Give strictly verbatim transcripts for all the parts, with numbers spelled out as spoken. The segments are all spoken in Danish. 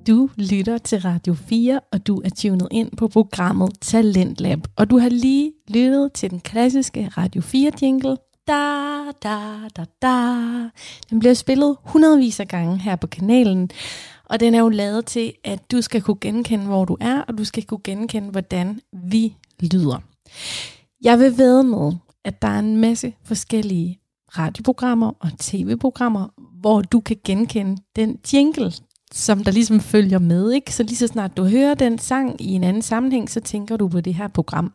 Du lytter til Radio fire, og du er tunet ind på programmet Talentlab. Og du har lige lyttet til den klassiske Radio fire jingle. Da, da, da, da. Den bliver spillet hundredvis af gange her på kanalen. Og den er jo lavet til, at du skal kunne genkende, hvor du er, og du skal kunne genkende, hvordan vi lyder. Jeg vil vædde med, at der er en masse forskellige radioprogrammer og tv-programmer, hvor du kan genkende den jingle, som der ligesom følger med, ikke? Så lige så snart du hører den sang i en anden sammenhæng, så tænker du på det her program.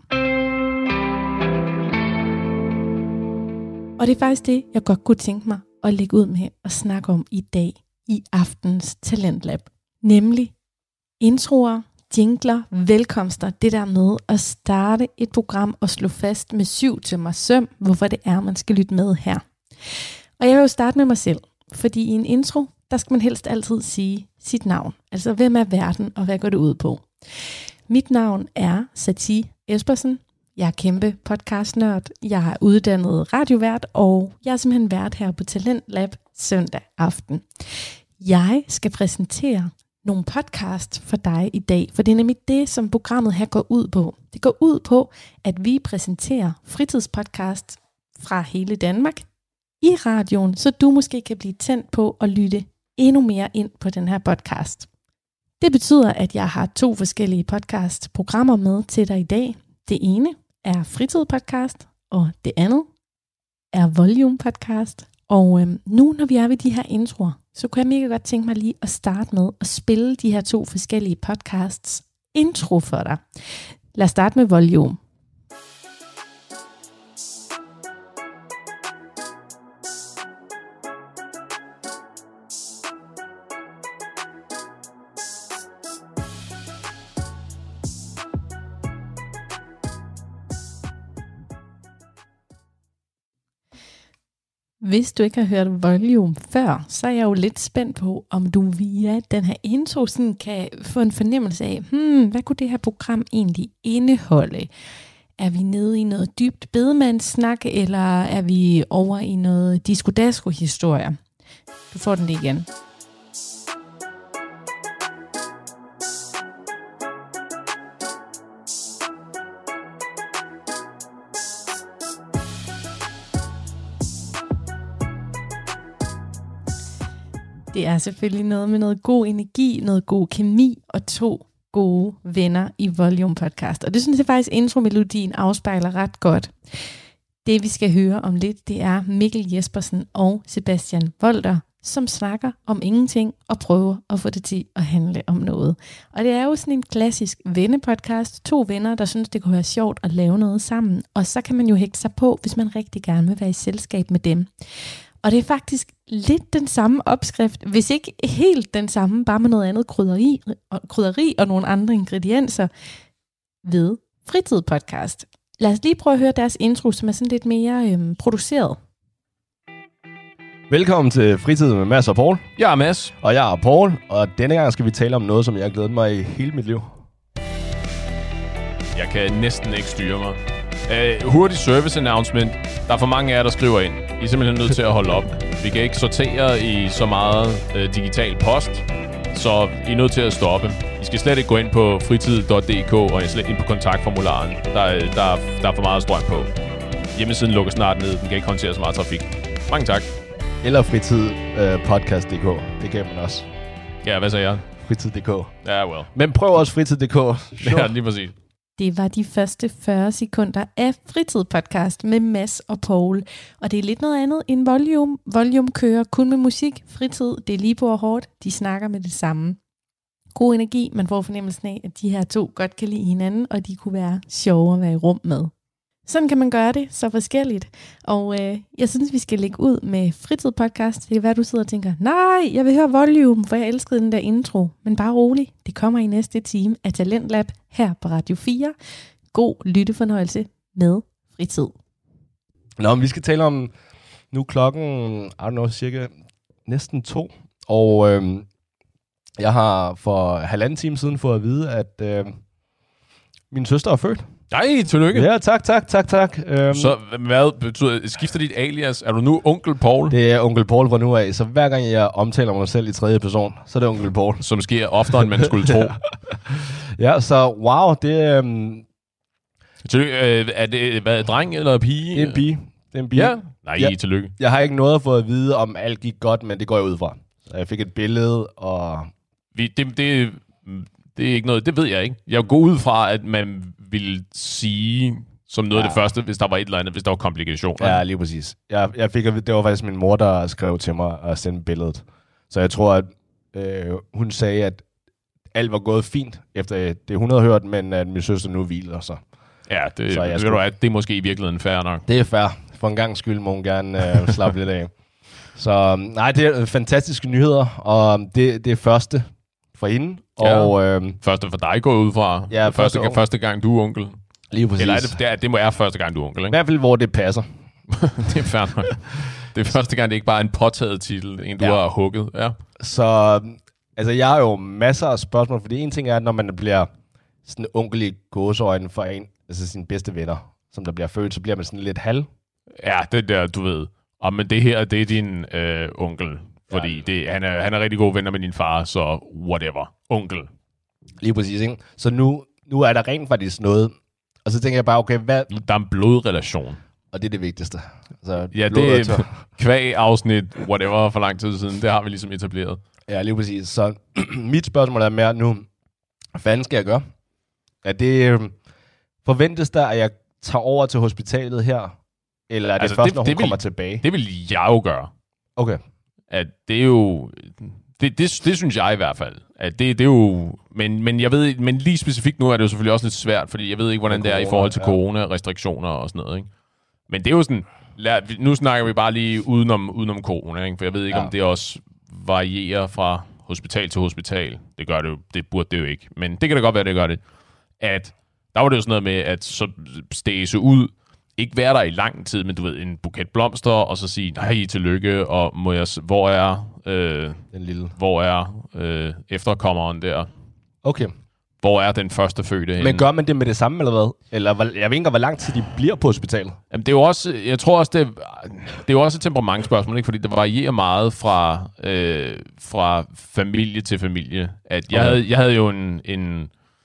Og det er faktisk det, jeg godt kunne tænke mig at lægge ud med og snakke om i dag i aftens Talentlab. Nemlig introer, jingler, velkomster, det der med at starte et program og slå fast med syv til mig søm, hvorfor det er, man skal lytte med her. Og jeg vil jo starte med mig selv, fordi i en intro, der skal man helst altid sige sit navn. Altså, hvem er verden, og hvad går det ud på? Mit navn er Satie Espersen. Jeg er kæmpe podcastnørd. Jeg er uddannet radiovært, og jeg er simpelthen vært her på Talentlab søndag aften. Jeg skal præsentere nogle podcast for dig i dag, for det er nemlig det, som programmet her går ud på. Det går ud på, at vi præsenterer fritidspodcast fra hele Danmark i radioen, så du måske kan blive tændt på at lytte endnu mere ind på den her podcast. Det betyder, at jeg har to forskellige podcast-programmer med til dig i dag. Det ene er fritidspodcast, og det andet er volume podcast. Og øhm, nu, når vi er ved de her introer, så kunne jeg mega godt tænke mig lige at starte med at spille de her to forskellige podcasts intro for dig. Lad os starte med volume. Hvis du ikke har hørt volume før, så er jeg jo lidt spændt på, om du via den her intro sådan kan få en fornemmelse af, hmm, hvad kunne det her program egentlig indeholde? Er vi nede i noget dybt bedemandssnak, eller er vi over i noget disco-dasko-historie? Du får den lige igen. Det er selvfølgelig noget med noget god energi, noget god kemi og to gode venner i Volume Podcast. Og det synes jeg faktisk, intromelodien afspejler ret godt. Det vi skal høre om lidt, det er Mikkel Jespersen og Sebastian Volter, som snakker om ingenting og prøver at få det til at handle om noget. Og det er jo sådan en klassisk vennepodcast. To venner, der synes, det kunne være sjovt at lave noget sammen. Og så kan man jo hægte sig på, hvis man rigtig gerne vil være i selskab med dem. Og det er faktisk lidt den samme opskrift, hvis ikke helt den samme, bare med noget andet krydderi, krydderi og nogle andre ingredienser ved Fritid Podcast. Lad os lige prøve at høre deres intro, som er sådan lidt mere øhm, produceret. Velkommen til Fritid med Mads og Paul. Jeg er Mads. Og jeg er Paul, og denne gang skal vi tale om noget, som jeg har glædet mig i hele mit liv. Jeg kan næsten ikke styre mig. Uh, hurtig service announcement. Der er for mange af jer, der skriver ind. I er simpelthen nødt til at holde op. Vi kan ikke sortere i så meget uh, digital post, så I er nødt til at stoppe. I skal slet ikke gå ind på fritid punktum d k og slet ind på kontaktformularen. Der er, der, er, der er for meget strøm på. Hjemmesiden lukker snart ned. Den kan ikke håndtere så meget trafik. Mange tak. Eller fritid podcast punktum d k. Det kan man også. Ja, hvad sagde jeg? fritid punktum d k. Ja, well. Men prøv også fritid punktum d k. Sure. Ja, lige præcis. Det var de første fyrre sekunder af Fritid Podcast med Mads og Paul. Og det er lidt noget andet end Volume. Volume kører kun med musik. Fritid, det er lige på og hårdt. De snakker med det samme. God energi, man får fornemmelsen af, at de her to godt kan lide hinanden, og de kunne være sjove at være i rum med. Sådan kan man gøre det, så forskelligt. Og øh, jeg synes, vi skal lægge ud med Fritid Podcast. Det kan være, du sidder og tænker, nej, jeg vil høre Volume, for jeg elskede den der intro. Men bare rolig, det kommer i næste time af Talentlab her på Radio fire. God lyttefornøjelse med Fritid. Nå, men vi skal tale om nu klokken, I don't know, cirka næsten to. Og øh, jeg har for halvanden time siden fået at vide, at øh, min søster er født. Nej, tillykke. Ja, tak, tak, tak, tak. Um, Så hvad betyder, skifter dit alias? Er du nu onkel Paul? Det er onkel Paul fra nu af, så hver gang jeg omtaler mig selv i tredje person, så er det onkel Paul. Som sker oftere, end man skulle tro. Ja, så wow, det er... Um, tillykke. Øh, er det hvad, dreng eller pige? det er en pige. Det er en pige. Ja. Nej, Ja. tillykke. Jeg har ikke noget at få at vide, om alt gik godt, men det går jeg ud fra. Så jeg fik et billede, og... Vi, det, det, det er ikke noget, det ved jeg ikke. Jeg går ud fra, at man ville sige som noget ja. af det første, hvis der var et eller andet, hvis der var komplikationer. Ja, lige præcis. Jeg, jeg fik at vide, det var faktisk min mor, der skrev til mig og sendte billedet. Så jeg tror, at øh, hun sagde, at alt var gået fint, efter det hun havde hørt, men at min søster nu hviler sig. Ja, det, Så jeg ved skulle- du, at det er måske i virkeligheden fair nok. Det er fair. For en gang skyld må hun gerne øh, slappe lidt af. Så nej, det er fantastiske nyheder, og det, det er første for hende. Ja. Og øh, Første for dig går jeg ud fra. Ja, første, første første, år. første gang, du er onkel. lige præcis. Eller er det, det, er, det må være første gang, du er onkel, I ikke? hvert fald, hvor det passer. Det er fair nok. Det er første gang, det ikke bare er en påtaget titel, en du Ja. har hugget. Ja. Så altså, jeg har jo masser af spørgsmål, fordi en ting er, når man bliver sådan onkel i gåseøjne for en, altså sine bedste venner, som der bliver født, så bliver man sådan lidt halv. Ja, det der, du ved. Og men det her, det er din øh, onkel. Fordi Ja. det, han, er, han er rigtig gode venner med din far, så whatever. Onkel. Lige præcis, ikke? Så nu, nu er der rent faktisk noget, og så tænker jeg bare, okay, hvad... Der er en blodrelation. Og det er det vigtigste. Altså, Ja, blod og det tør. er kvæg afsnit, whatever, for lang tid siden. Det har vi ligesom etableret. Ja, lige præcis. Så mit spørgsmål er mere nu, hvad fanden skal jeg gøre? Er det, øh, forventes der, at jeg tager over til hospitalet her? Eller er det Altså, først, det- når hun det vil- kommer tilbage? Det vil jeg jo gøre. Okay. At det er jo... Det, det, det synes jeg i hvert fald. At det, det er jo... Men, men jeg ved, men lige specifikt nu er det jo selvfølgelig også lidt svært, fordi jeg ved ikke, hvordan Med det er i corona, forhold til ja. corona-restriktioner og sådan noget, ikke? Men det er jo sådan... Lad, nu snakker vi bare lige udenom, udenom corona, ikke? For jeg ved ikke, Ja. om det også varierer fra hospital til hospital. Det gør det jo. Det burde det jo ikke. Men det kan da godt være, det gør det. At der var det jo sådan noget med, at så stæse ud, ikke være der i lang tid, men du ved, en buket blomster, og så sige, nej, tillykke, og må jeg, s- hvor er, øh, Den lille. hvor er øh, efterkommeren der? Okay. Hvor er den første fødte henne? Men gør man det med det samme, eller hvad? Eller hvor- jeg ved ikke engang, hvor lang tid de bliver på hospitalet. Jamen, det er jo også, jeg tror også, det, det er jo også et temperamentsspørgsmål, ikke? Fordi det varierer meget fra, øh, fra familie til familie. At jeg, Okay. havde, jeg havde jo en, en,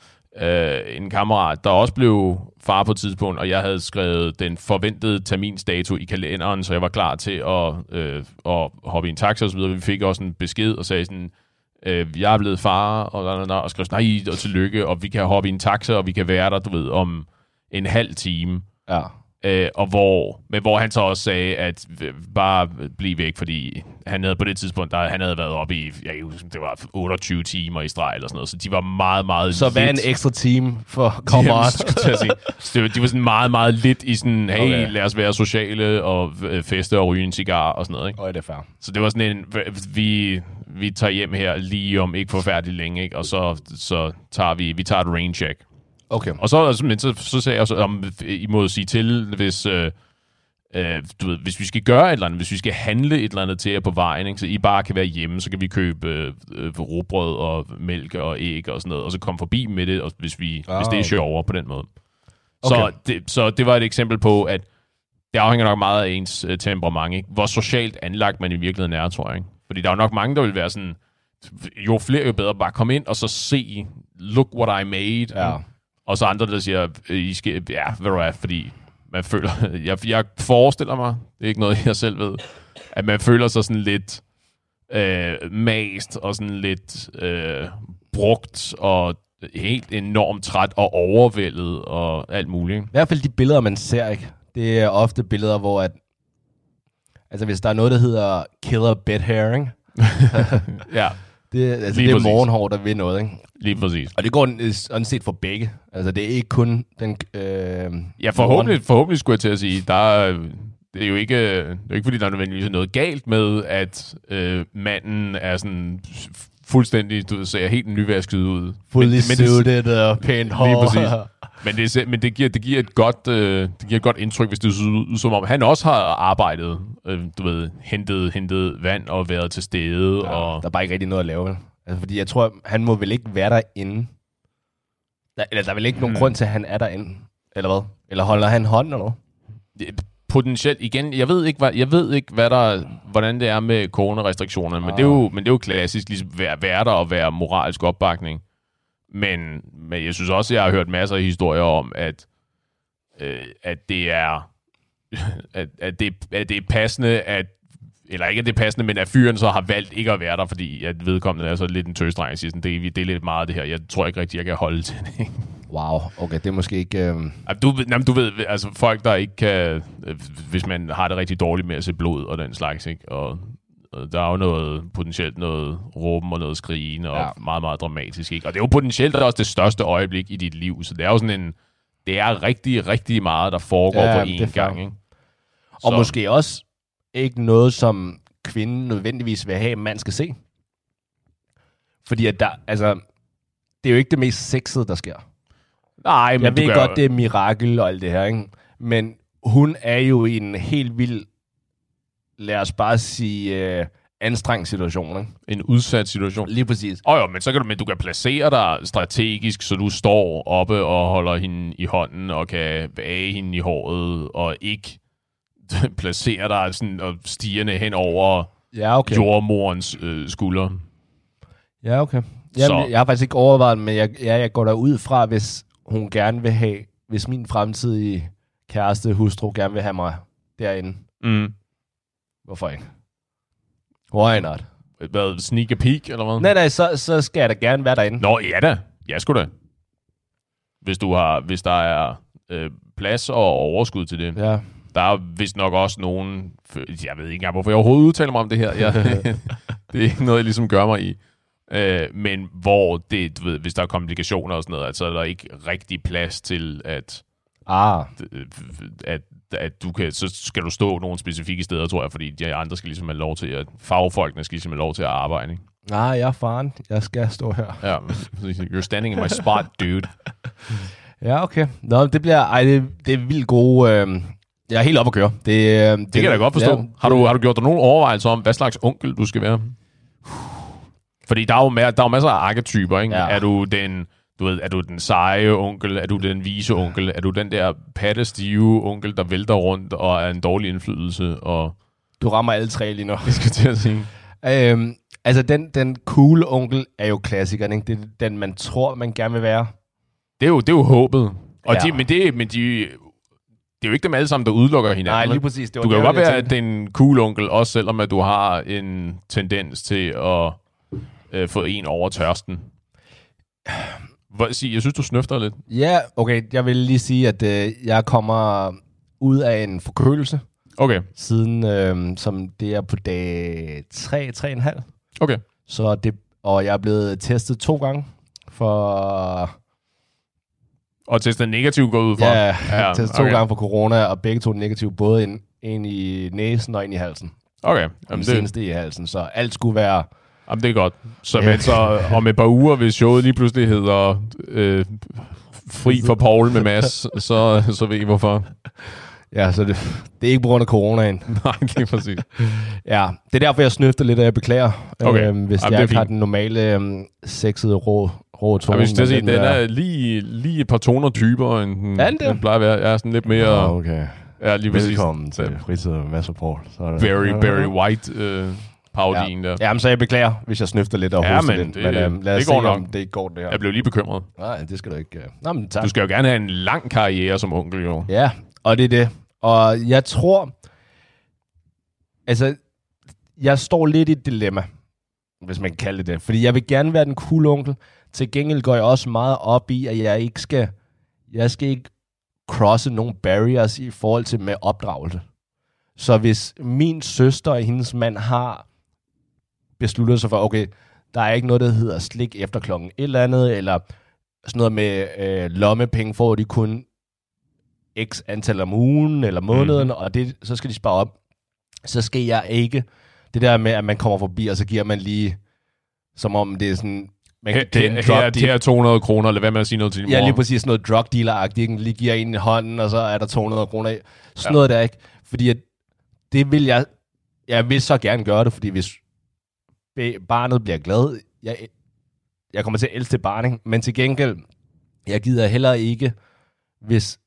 øh, en kammerat, der også blev far på et tidspunkt, og jeg havde skrevet den forventede terminsdato i kalenderen, så jeg var klar til at, øh, at hoppe i en taxa og så videre. Vi fik også en besked og sagde sådan, øh, jeg er blevet far, og, og, og skrev sådan, nej, og tillykke, og vi kan hoppe i en taxa, og vi kan være der, du ved, om en halv time. Ja. Øh, og hvor, men hvor han så også sagde, at v- bare blive væk, fordi han havde på det tidspunkt, der han havde været oppe i, jeg kan huske, det var otteogtyve timer i streg eller sådan noget, så de var meget, meget Så hvad er en lidt. ekstra time for Jamen, kammerat? skulle jeg til at sige. Så det var- de var sådan meget, meget lidt i sådan, hey, Okay. lad os være sociale og øh, feste og ryge en cigar og sådan noget, ikke? Øj, det er fair. Så det var sådan en, vi, vi tager hjem her lige om ikke forfærdeligt længe, ikke? Og så, så tager vi, vi tager et rain check. Okay. Og så, altså, men så, så sagde jeg så, om I må sige til, hvis, øh, øh, du ved, hvis vi skal gøre et eller andet, hvis vi skal handle et eller andet til jer på vejen, ikke? Så I bare kan være hjemme, så kan vi købe øh, øh, råbrød og mælk og æg og sådan noget, og så komme forbi med det, og hvis, vi, Ah, hvis det er okay. sjovere på den måde. Okay. Så, det, så det var et eksempel på, at det afhænger nok meget af ens øh, temperament, ikke? Hvor socialt anlagt man i virkeligheden er, tror jeg. Ikke? Fordi der er jo nok mange, der vil være sådan, jo flere, jo bedre, bare komme ind og så se, look what I made. Ja. Og så andre, der siger, I skal, ja, ved du hvad, fordi man føler, jeg, jeg forestiller mig, det er ikke noget, jeg selv ved, at man føler sig sådan lidt øh, mast og sådan lidt øh, brugt og helt enormt træt og overvældet og alt muligt. I hvert fald de billeder, man ser, ikke? Det er ofte billeder, hvor at... Altså, hvis der er noget, der hedder killer bed hair, ikke? Ja, Det, altså, Lige det er præcis. morgenhår, der vil noget, ikke? lige præcis. Og det går sådan set for begge. Altså, det er ikke kun den... Øh, Ja, forhåbentlig, forhåbentlig skulle jeg til at sige, der er, det er jo ikke, det er jo ikke fordi, der er nødvendigvis noget galt med, at øh, manden er sådan f- fuldstændig, du ved, ser helt nyvasket ud. fully men, men, det, suited og pænt hår. Lige præcis. men, det, er- men det, giver, det, giver et godt, øh, det giver et godt indtryk, hvis det ser ud, som om han også har arbejdet, øh, du ved, hentet, hentet vand og været til stede. Ja, og, der er bare ikke rigtig noget at lave, vel? Altså, fordi jeg tror, han må vel ikke være derinde. Der, eller der er vel ikke nogen Hmm. grund til, at han er derinde. Eller hvad? Eller holder han hånden eller noget? Potentielt igen, jeg ved ikke hvad jeg ved ikke hvad der hvordan det er med coronarestriktionerne, ah. men det er jo men det er jo klassisk ligesom være, være der og være moralsk opbakning. Men men jeg synes også jeg har hørt masser af historier om at øh, at det er at, at det at det er passende at eller ikke at det er passende, men at fyren så har valgt ikke at være der, fordi at vedkommende er så lidt en tøsdreng og siger sådan, det, er, det er lidt meget det her. Jeg tror ikke rigtig, jeg kan holde til det. Wow, okay, det er måske ikke... Øh... Du, jamen, du ved, altså folk, der ikke kan... Hvis man har det rigtig dårligt med at se blod og den slags, ikke? Og, og der er jo noget potentielt noget råben og noget skrigen og ja. meget, meget dramatisk, ikke? Og det er jo potentielt også det største øjeblik i dit liv, så det er jo sådan en... Det er rigtig, rigtig meget, der foregår ja, på én gang, ikke? Og så. Måske også ikke noget, som kvinden nødvendigvis vil have, at man skal se. Fordi at der, altså, det er jo ikke det mest sexede, der sker. Nej, men jeg ved gør... godt, det er mirakel og alt det her, ikke? Men hun er jo i en helt vild, lad os bare sige, uh, anstrengt situation, ikke? En udsat situation. Lige præcis. Åh oh, jo, men så kan du, men du kan placere dig strategisk, så du står oppe og holder hende i hånden og kan bage hende i håret og ikke placere dig sådan og stigende hen over ja, okay. jordmorens øh, skulder. Ja, okay. Jamen, jeg har faktisk ikke overvejet, men jeg, ja, jeg går derud fra, hvis hun gerne vil have, hvis min fremtidige kæreste, hustru, gerne vil have mig derinde. Mm. Hvorfor ikke? Why not? Hvad, sneak a peek, eller hvad? Nej, nej, så, så skal jeg da gerne være derinde. Nå, ja da. Ja, sgu da. Hvis, du har, hvis der er øh, plads og overskud til det. Ja. Der er vist nok også nogen... Jeg ved ikke engang, hvorfor jeg overhovedet udtaler mig om det her. Jeg, det er ikke noget, jeg ligesom gør mig i. Øh, men hvor det, du ved, hvis der er komplikationer og sådan noget, så er der ikke rigtig plads til, at, ah. at, at du kan... Så skal du stå nogle specifikke steder, tror jeg, fordi de andre skal ligesom have lov til at... Fagfolkene skal ligesom have lov til at arbejde, ikke? Nej, jeg er faren. Jeg skal stå her. Ja, you're standing in my spot, dude. Ja, okay. Nå, det bliver... Ej, det, det er vildt gode... Øh, jeg er helt oppe at køre. Det, øh, det, det kan jeg da godt forstå. Ja, har, du, har du gjort dig nogle overvejelser om, hvad slags onkel du skal være? Fordi der er jo, der er jo masser af arketyper, ikke? Ja. Er du den... Du ved, er du den seje onkel? Er du den vise onkel? Er du den der pattestive onkel, der vælter rundt og er en dårlig indflydelse? Og du rammer alle tre lige nu. Jeg skal til at sige. øhm, altså, den, den cool onkel er jo klassikeren, ikke? Det er den, man tror, man gerne vil være. Det er jo, det er jo håbet. Og ja. de, men, det, men de, det er jo ikke dem alle sammen, der udelukker hinanden. Nej, lige præcis. Det var du kan jo godt være den cool onkel, også selvom at du har en tendens til at øh, få en over tørsten. Jeg synes, du snøfter lidt. Ja, okay. Jeg vil lige sige, at øh, jeg kommer ud af en forkølelse. Okay. Siden, øh, som det er på dag tre, tre og en halv. Okay. Så det, og jeg er blevet testet to gange for... Og testet negativ går ud fra? Ja, jeg ja, testet to okay. gange for corona, og begge to negativ. Både en, en i næsen og en i halsen. Okay. Jamen, det seneste i halsen, så alt skulle være... Jamen, det er godt. Så, men, så om et par uger, hvis showet lige pludselig hedder øh, Fri for Paul med Mads, så, så ved I hvorfor. Ja, så det, det er ikke på grund af coronaen. Nej, lige præcis. Ja, det er derfor, jeg snøfter lidt, og jeg beklager, okay. øhm, hvis Jamen, jeg ikke har den normale øhm, sexede rå, rå tone. Jeg vil sige, den, den er lige, lige et par toner dybere, end den, den, den plejer at være. Jeg er sådan lidt mere... Oh, okay. Ja, lige velkommen præcis. Til Fritid med Mads og Paul. Very, very white... Øh, parodien ja. der. Jamen, så jeg beklager, hvis jeg snøfter lidt og ja, hoster men lidt. Det, men øhm, lad os det se, går nok. om det ikke går det her. Jeg blev lige bekymret. Nej, det skal du ikke. Nå, men tak. Du skal jo gerne have en lang karriere som onkel, jo. Ja, og det er det. Og jeg tror... Altså, jeg står lidt i et dilemma, hvis man kan kalde det det. Fordi jeg vil gerne være den cool onkel. Til gengæld går jeg også meget op i, at jeg ikke skal... Jeg skal ikke crosse nogle barriers i forhold til med opdragelse. Så hvis min søster og hendes mand har besluttet sig for, okay, der er ikke noget, der hedder slik efter klokken et eller andet, eller sådan noget med øh, lommepenge, får de kun x antal om ugen eller måneden, mm-hmm. og det, så skal de spare op. Så skal jeg ikke, det der med, at man kommer forbi, og så giver man lige, som om det er sådan... Man, her, det er en her, her er to hundrede kroner, eller hvad med at sige noget til din mor? Ja, lige præcis sådan noget drug dealer-agtigt. Lige giver en i hånden, og så er der to hundrede kroner i. Sådan ja. Noget der ikke. Fordi at det vil jeg... Jeg vil så gerne gøre det, fordi hvis barnet bliver glad, jeg, jeg kommer til at elske barn, ikke? Men til gengæld, jeg gider heller ikke, hvis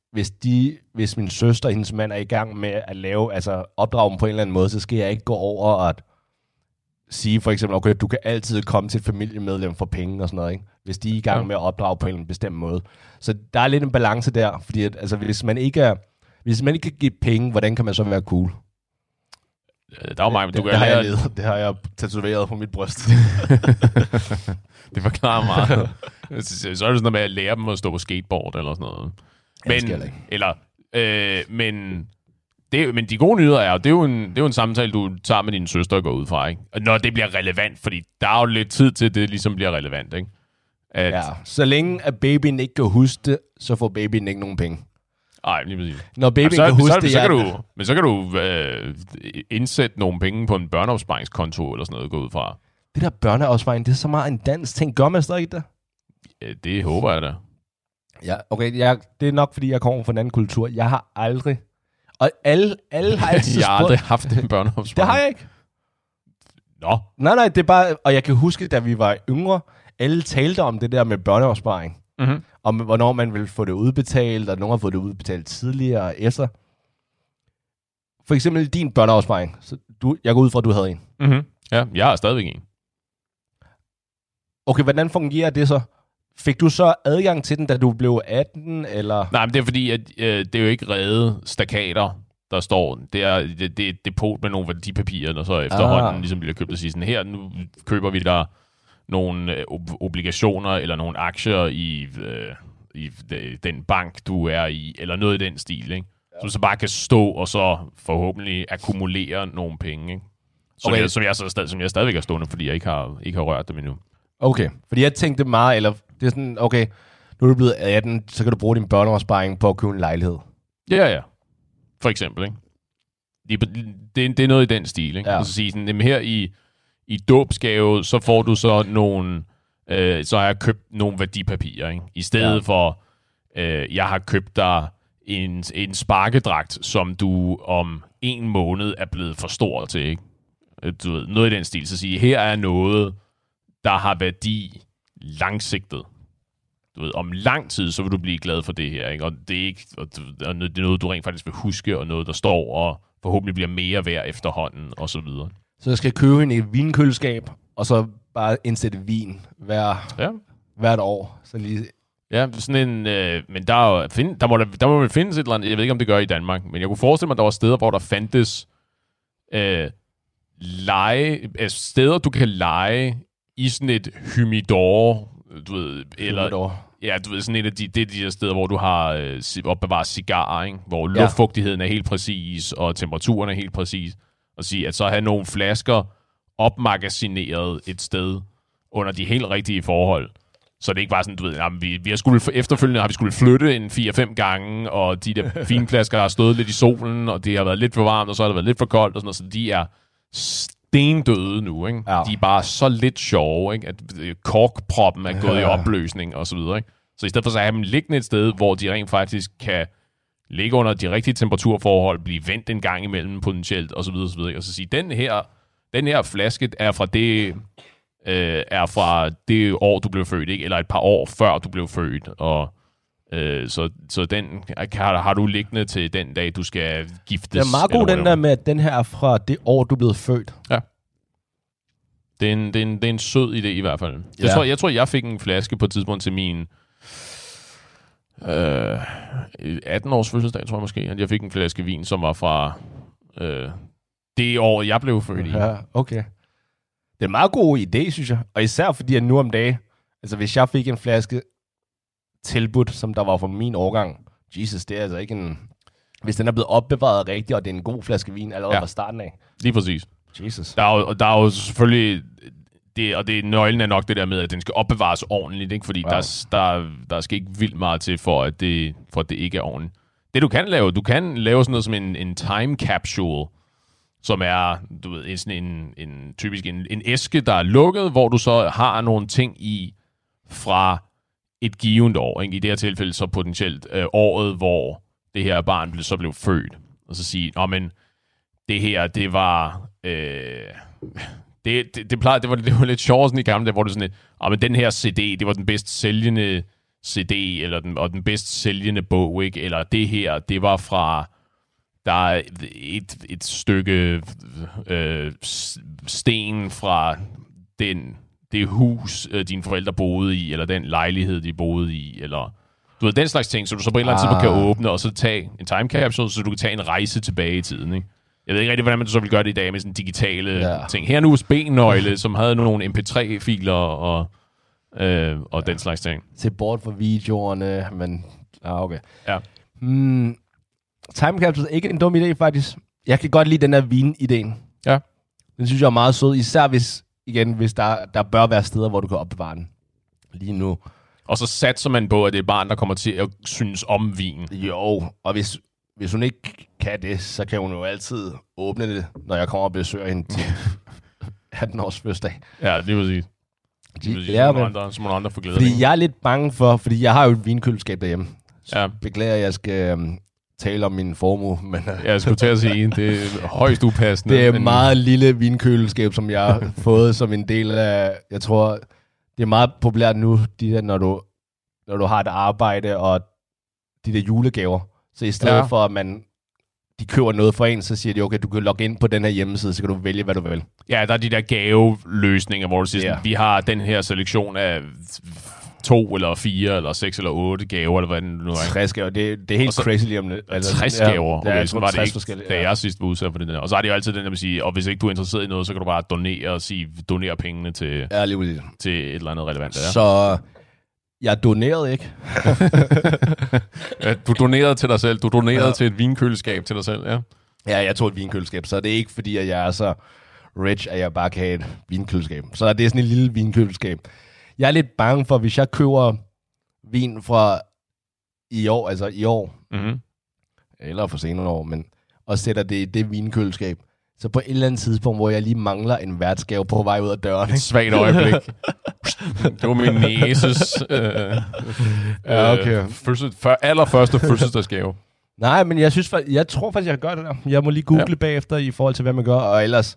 hvis, de, hvis min søster og hendes mand er i gang med at lave, altså opdrage dem på en eller anden måde, så skal jeg ikke gå over og at sige for eksempel, okay, du kan altid komme til et familiemedlem for penge og sådan noget, ikke? Hvis de er i gang med at opdrage på en bestemt måde. Så der er lidt en balance der, fordi at, altså, hvis man ikke er, hvis man ikke kan give penge, hvordan kan man så være cool? Der er jo mig, du det, kan det, har lære... jeg det har jeg tatoveret på mit bryst. Det forklarer meget. Så er det sådan noget med at lære dem at stå på skateboard eller sådan noget. Men, ja, eller, øh, men, det, men de gode nyheder er jo, det er jo en, det er jo en samtale, du tager med din søster og går ud fra, ikke? Når det bliver relevant, fordi der er jo lidt tid til, at det ligesom bliver relevant, ikke? At, ja, så længe at babyen ikke kan huske det, så får babyen ikke nogen penge. Nej, lige præcis. Når babyen så, kan huske så, det, så, jeg... kan du, men så kan du øh, indsætte nogle penge på en børneopsparingskonto eller sådan noget, gå ud fra. Det der børneopsparing, det er så meget en dansk ting. Gør man stadig det? Ja, det håber jeg da. Ja, okay. Jeg, det er nok, fordi jeg kommer fra en anden kultur. Jeg har aldrig... Og alle, alle har altid Jeg har aldrig haft en børneopsparing. Det har jeg ikke. Nå. Nej, nej, det er bare... Og jeg kan huske, da vi var yngre, alle talte om det der med børneopsparing. Mm-hmm. Om hvornår man vil få det udbetalt, og nogen har fået det udbetalt tidligere og efter. For eksempel din børneopsparing. Så du, jeg går ud fra, at du havde en. Mm-hmm. Ja, jeg har stadigvæk en. Okay, hvordan fungerer det så? Fik du så adgang til den, da du blev atten, eller? Nej, men det er fordi, at øh, det er jo ikke rede stakater, der står. Det er det, det er et depot med nogle værdipapirer, der så efterhånden ah. ligesom bliver købt og sige sådan, her nu køber vi der nogle øh, ob- obligationer eller nogle aktier i, øh, i den bank, du er i, eller noget i den stil, ikke? Ja. Som så bare kan stå og så forhåbentlig akkumulere nogle penge, ikke? Som, okay. jeg, som, jeg, så stadig, som jeg stadigvæk er stående, fordi jeg ikke har, ikke har rørt dem endnu. Okay, fordi jeg tænkte meget, eller det er sådan, okay, nu er du blevet atten, så kan du bruge din børneopsparing på at købe en lejlighed. Ja, ja. For eksempel, ikke? Det, det, det er noget i den stil, ikke? Ja. Og så sige sådan, jamen her i, i dåbsgave, så får du så nogle, øh, så har jeg købt nogle værdipapirer, ikke? I stedet ja. for, øh, jeg har købt dig en, en sparkedragt, som du om en måned er blevet for stor til, ikke? Du ved, noget i den stil. Så sige, her er noget, der har værdi langsigtet. Du ved, om lang tid, så vil du blive glad for det her, ikke? Og det er ikke, og det er noget, du rent faktisk vil huske, og noget, der står og forhåbentlig bliver mere værd efterhånden, og så videre. Så jeg skal købe en i et vinkøleskab, og så bare indsætte vin hver, ja. hvert år. Så lige... Ja, sådan en, øh, men der, er jo, find, der, må, der, der må vel findes et eller andet, jeg ved ikke, om det gør i Danmark, men jeg kunne forestille mig, at der var steder, hvor der fandtes øh, lege, øh, steder, du kan lege i sådan et humidor, du ved, eller... Humidor. Ja, du ved, sådan et af de, det er de der steder, hvor du har øh, opbevaret cigarer, ikke? Hvor ja. luftfugtigheden er helt præcis, og temperaturen er helt præcis. Og sige, at så have nogle flasker opmagasineret et sted under de helt rigtige forhold. Så det er ikke bare sådan, du ved, jamen, vi, vi har skulle, efterfølgende har vi skulle flytte en fire-fem gange, og de der fine flasker har stået lidt i solen, og det har været lidt for varmt, og så har det været lidt for koldt, og sådan noget, så de er stendøde nu, ikke? Ja. De er bare så lidt sjove, ikke? At korkproppen er gået ja. i opløsning, og så videre, ikke? Så i stedet for så at have dem liggende et sted, hvor de rent faktisk kan ligge under de rigtige temperaturforhold, blive vendt en gang imellem potentielt, og så videre, og så videre, ikke? Og så sige, den her, den her flaske er fra det... Øh, er fra det år, du blev født, ikke? Eller et par år før, du blev født. Og, øh, så, så den har, har du liggende til den dag, du skal giftes. Det er meget god, den der med, at den her er fra det år, du blev født. Ja. Det er en, det er en, det er en sød idé i hvert fald. Ja. Jeg, tror, jeg tror, jeg fik en flaske på et tidspunkt til min øh, atten-års fødselsdag, tror jeg måske. At jeg fik en flaske vin, som var fra øh, det år, jeg blev født i. Ja, okay. Det er en meget god idé, synes jeg. Og især fordi, at nu om dagen, altså hvis jeg fik en flaske tilbudt, som der var fra min årgang, Jesus, det er altså ikke en... Hvis den er blevet opbevaret rigtigt, og det er en god flaske vin allerede ja. fra starten af. Lige præcis. Jesus. Der er jo, der er jo selvfølgelig... Det, og det nøglen er nok det der med, at den skal opbevares ordentligt, ikke? Fordi wow. der, der, der skal ikke vildt meget til, for at, det, for at det ikke er ordentligt. Det du kan lave, du kan lave sådan noget som en, en time capsule, som er, du ved, sådan en, en typisk en, en æske, der er lukket, hvor du så har nogle ting i fra et givet år. Ikke? I det her tilfælde så potentielt øh, året, hvor det her barn blev, så blev født. Og så sige, nå, men det her, det var... Øh, det, det, det, plejede, det, var, det var lidt sjovt sådan i gamle dage, hvor det sådan lidt, ah, men den her C D, det var den bedst sælgende C D, eller den, og den bedst sælgende bog, ikke? Eller det her, det var fra, der er et, et stykke øh, sten fra den, det hus, øh, dine forældre boede i, eller den lejlighed, de boede i, eller du ved, den slags ting, så du så på en eller anden ah. tidspunkt kan åbne, og så tage en time capsule, så du kan tage en rejse tilbage i tiden, ikke? Jeg ved ikke rigtig, hvordan man så vil gøre det i dag med sådan digitale ja. ting. Her er en U S B-nøgle, som havde nogle M P tre filer og, øh, og ja. den slags ting. Se bort for videoerne, men... Ah, okay. Ja. Hmm, time capsule er ikke en dum idé, faktisk. Jeg kan godt lide den der vin-idéen. Ja. Den synes jeg er meget sød, især hvis, igen, hvis der, der bør være steder, hvor du kan opbevare den. Lige nu. Og så satser man på, at det er barn, der kommer til at synes om vin. Jo, og hvis... Hvis hun ikke kan det, så kan hun jo altid åbne det, når jeg kommer og besøger hende til atten års fødselsdag. Ja, det vil sige. Det vil sige, ja, så må andre, så må andre få glæde. Fordi jeg er lidt bange for, fordi jeg har jo et vinkøleskab derhjemme. Så ja. beklager, at jeg skal um, tale om min formue. Men, ja, jeg skulle til at sige, det er højst upassende. Det er et men... meget lille vinkøleskab, som jeg har fået som en del af, jeg tror, det er meget populært nu, de der, når du, når du har et arbejde og de der julegaver. Så i stedet ja. for, at man, de køber noget for en, så siger de, okay, du kan logge ind på den her hjemmeside, så kan du vælge, hvad du vil. Ja, der er de der gaveløsninger, hvor du siger, ja. vi har den her selektion af to eller fire eller seks eller otte gaver, eller hvad det nu er. tres gaver, det, det er helt så, crazy lige om det. Altså, tres gaver, okay, ja, så var det ikke, da jeg sidst var udsat for det der. Og så er det jo altid den der, man siger, og hvis ikke du er interesseret i noget, så kan du bare donere og sige, donere pengene til, ja, lige til et eller andet relevant. Ja. Så... Jeg donerede ikke. ja, du donerede til dig selv. Du donerede ja. til et vinkøleskab til dig selv, ja. Ja, jeg tog et vinkøleskab, så det er ikke fordi, at jeg er så rich, at jeg bare kan have et vinkøleskab. Så det er sådan et lille vinkøleskab. Jeg er lidt bange for, hvis jeg køber vin fra i år, altså i år, mm-hmm. eller for senere år, men og sætter det i det vinkøleskab, så på et eller andet tidspunkt, hvor jeg lige mangler en værtsgave på vej ud af døren. Et svagt øjeblik. Det var min næses øh, ja, okay. øh, fødsel, for, allerførste fødselsdagsgave. Nej, men jeg synes, jeg tror faktisk, jeg kan gøre det der. Jeg må lige google ja. bagefter i forhold til, hvad man gør, og ellers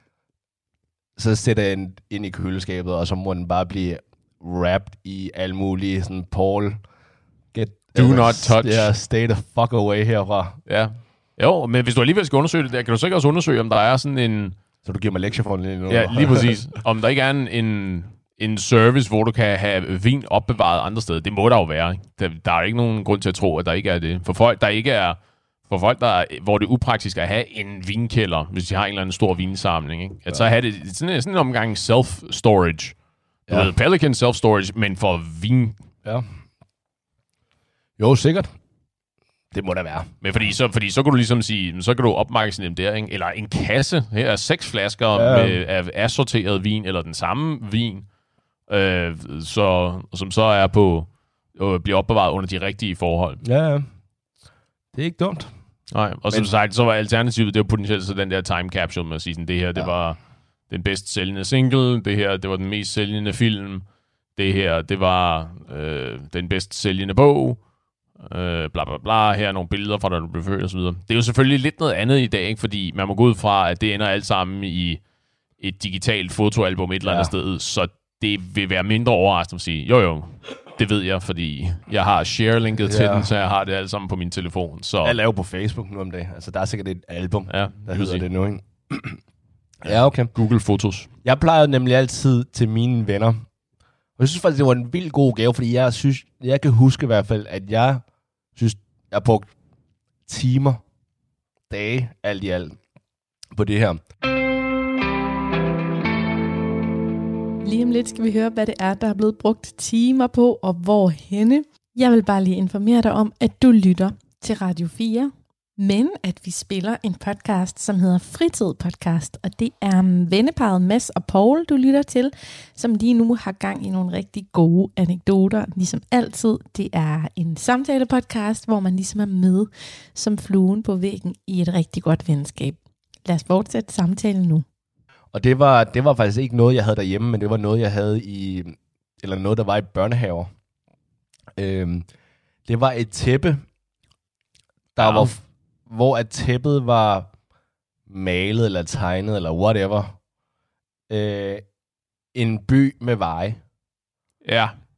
så sætter jeg den ind i køleskabet, og så må den bare blive wrapped i alle mulige sådan Paul. Get, Do uh, not touch. Ja, yeah, stay the fuck away herfra. Ja. Jo, men hvis du alligevel skal undersøge det der, kan du sikkert også undersøge, om der er sådan en... Så du giver mig lektier for den? Ja, lige præcis. Om der ikke er en, en, en service, hvor du kan have vin opbevaret andre steder. Det må der jo være. Ikke? Der, der er ikke nogen grund til at tro, at der ikke er det. For folk, der ikke er... For folk, der er, hvor det er upraktisk at have en vinkælder, hvis de har en eller anden stor vinsamling, ikke? At ja. så have det sådan, sådan en omgang self-storage. Ja. Ved, Pelican self-storage, men for vin. Ja. Jo, sikkert. Det må der være. Men fordi så, fordi så kan du ligesom sige, så kan du opmagasinere dem der, ikke? Eller en kasse. Her er seks flasker ja. med, af assorteret vin, eller den samme vin, øh, så, som så er på, øh, bliver opbevaret under de rigtige forhold. Ja, ja. Det er ikke dumt. Nej, og som sagt, så var alternativet, det var potentielt så den der time capsule med at sige sådan, det her, det ja. var den bedst sælgende single, det her, det var den mest sælgende film, det her, det var øh, den bedst sælgende bog, øh, bla bla bla, her er nogle billeder fra, da du blev født og så videre. Det er jo selvfølgelig lidt noget andet i dag, ikke? Fordi man må gå ud fra, at det ender alt sammen i et digitalt fotoalbum et eller andet ja. sted, så det vil være mindre overraskende at sige, jo jo, det ved jeg, fordi jeg har share-linket ja. til den, så jeg har det alt sammen på min telefon. Så. Jeg laver på Facebook nu om dagen. Altså, der er sikkert et album, ja, der hedder sige. det nu, ikke? Ja, okay. Google Fotos. Jeg plejede nemlig altid til mine venner. Og jeg synes faktisk, det var en vildt god gave, fordi jeg synes, jeg kan huske i hvert fald, at jeg synes, jeg har brugt timer, dage, alt i alt, på det her. Lige om lidt skal vi høre, hvad det er, der er blevet brugt timer på, og hvorhenne. Jeg vil bare lige informere dig om, at du lytter til Radio fire, men at vi spiller en podcast, som hedder Fritid Podcast, og det er venneparret Mads og Paul, du lytter til, som lige nu har gang i nogle rigtig gode anekdoter, ligesom altid. Det er en samtale-podcast, hvor man ligesom er med som fluen på væggen i et rigtig godt venskab. Lad os fortsætte samtalen nu. Og det var, det var faktisk ikke noget, jeg havde derhjemme, men det var noget, jeg havde i, eller noget, der var i børnehaver. Øhm, det var et tæppe, der ja. var, hvor at tæppet var malet, eller tegnet, eller whatever. Øh, en by med veje. Ja,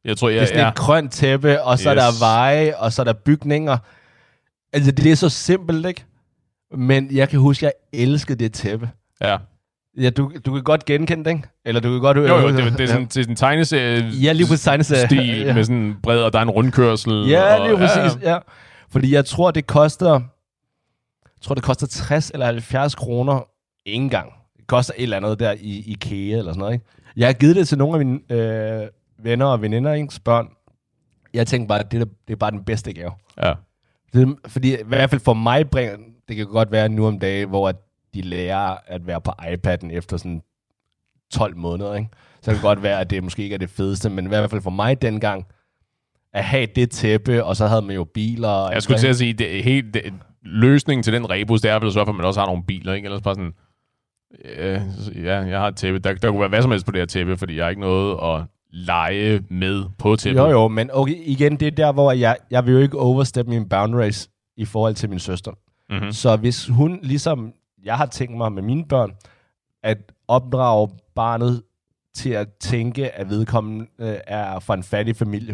Jeg tror, jeg, det er sådan ja. et grønt tæppe, og så yes. er der veje, og så er der bygninger. Altså, det er så simpelt, ikke? Men jeg kan huske, at jeg elskede det tæppe. Ja. Ja, du, du kan godt genkende det, ikke? Eller du kan godt... Jo, jo, det, det er sådan, det er sådan en tegneserie... Ja, lige præcis tegneserie. ...stil ja. med sådan bred, og der er en rundkørsel. Ja, og, lige præcis, ja. ja. Fordi jeg tror, det koster... Jeg tror, det koster tres eller halvfjerds kroner en gang. Det koster et eller andet der i IKEA eller sådan noget, ikke? Jeg har givet det til nogle af mine øh, venner og veninder, ikke? Børn. Jeg tænkte bare, at det, det er bare den bedste gave. Ja. Det, fordi i hvert fald for mig bringer... Det kan godt være nu om dagen, hvor de lærer at være på iPad'en efter sådan tolv måneder, ikke? Så det kan godt være, at det måske ikke er det fedeste, men i hvert fald for mig dengang, at have det tæppe, og så havde man jo biler. Og jeg skulle til at sige, det, helt, det, løsningen til den rebus, det er vel så, at man også har nogle biler, ikke? Ellers bare sådan, øh, ja, jeg har et tæppe. Der, der kunne være hvad som helst på det her tæppe, fordi jeg har ikke noget at lege med på tæppet. Jo, jo, men okay, igen, det er der, hvor jeg, jeg vil jo ikke overstep mine boundaries i forhold til min søster. Mm-hmm. Så hvis hun, ligesom jeg har tænkt mig med mine børn, at opdrage barnet til at tænke, at vedkommende øh, er fra en fattig familie.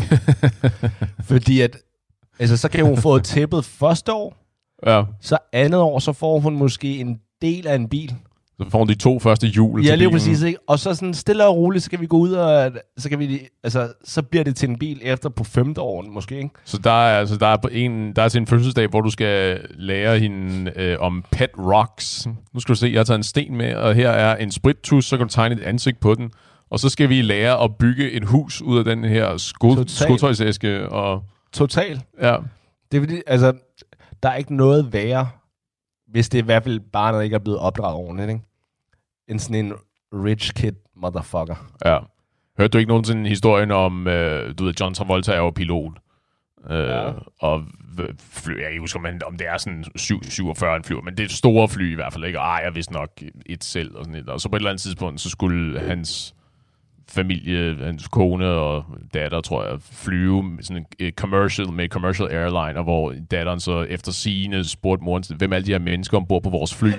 Fordi at, altså, så kan hun få tæppet første år, ja. Så andet år, så får hun måske en del af en bil. Så får hun de to første hjul ja, til lige bilen. præcis, ikke? Og så sådan stille og roligt, så kan vi gå ud og, så kan vi, altså, så bliver det til en bil efter på femte år, måske, ikke? Så der er, altså, der er, på en, der er til en fødselsdag, hvor du skal lære hende øh, om pet rocks. Nu skal du se, jeg har taget en sten med, og her er en sprittus, så kan du tegne et ansigt på den. Og så skal vi lære at bygge et hus ud af den her sko- skotøjsæske. Og Total. Ja. Det er fordi, altså, der er ikke noget værre, hvis det i hvert fald barnet ikke er blevet opdraget ordentligt, ikke? En sådan en rich kid motherfucker. Ja. Hørte du ikke nogensinde historien om, øh, du ved, John Travolta er jo pilot, øh, ja. og fly, jeg kan ikke huske, om det er sådan syv syvogfyrre en flyver, men det er et store fly i hvert fald, ikke? Og ejer vist nok et selv, og sådan et. Og så på et eller andet tidspunkt, så skulle hans familie, hans kone og datter, tror jeg, flyve med sådan en commercial, med commercial airline, og hvor datteren så efter sigende spurgte moren, hvem er alle de her mennesker ombord på vores fly?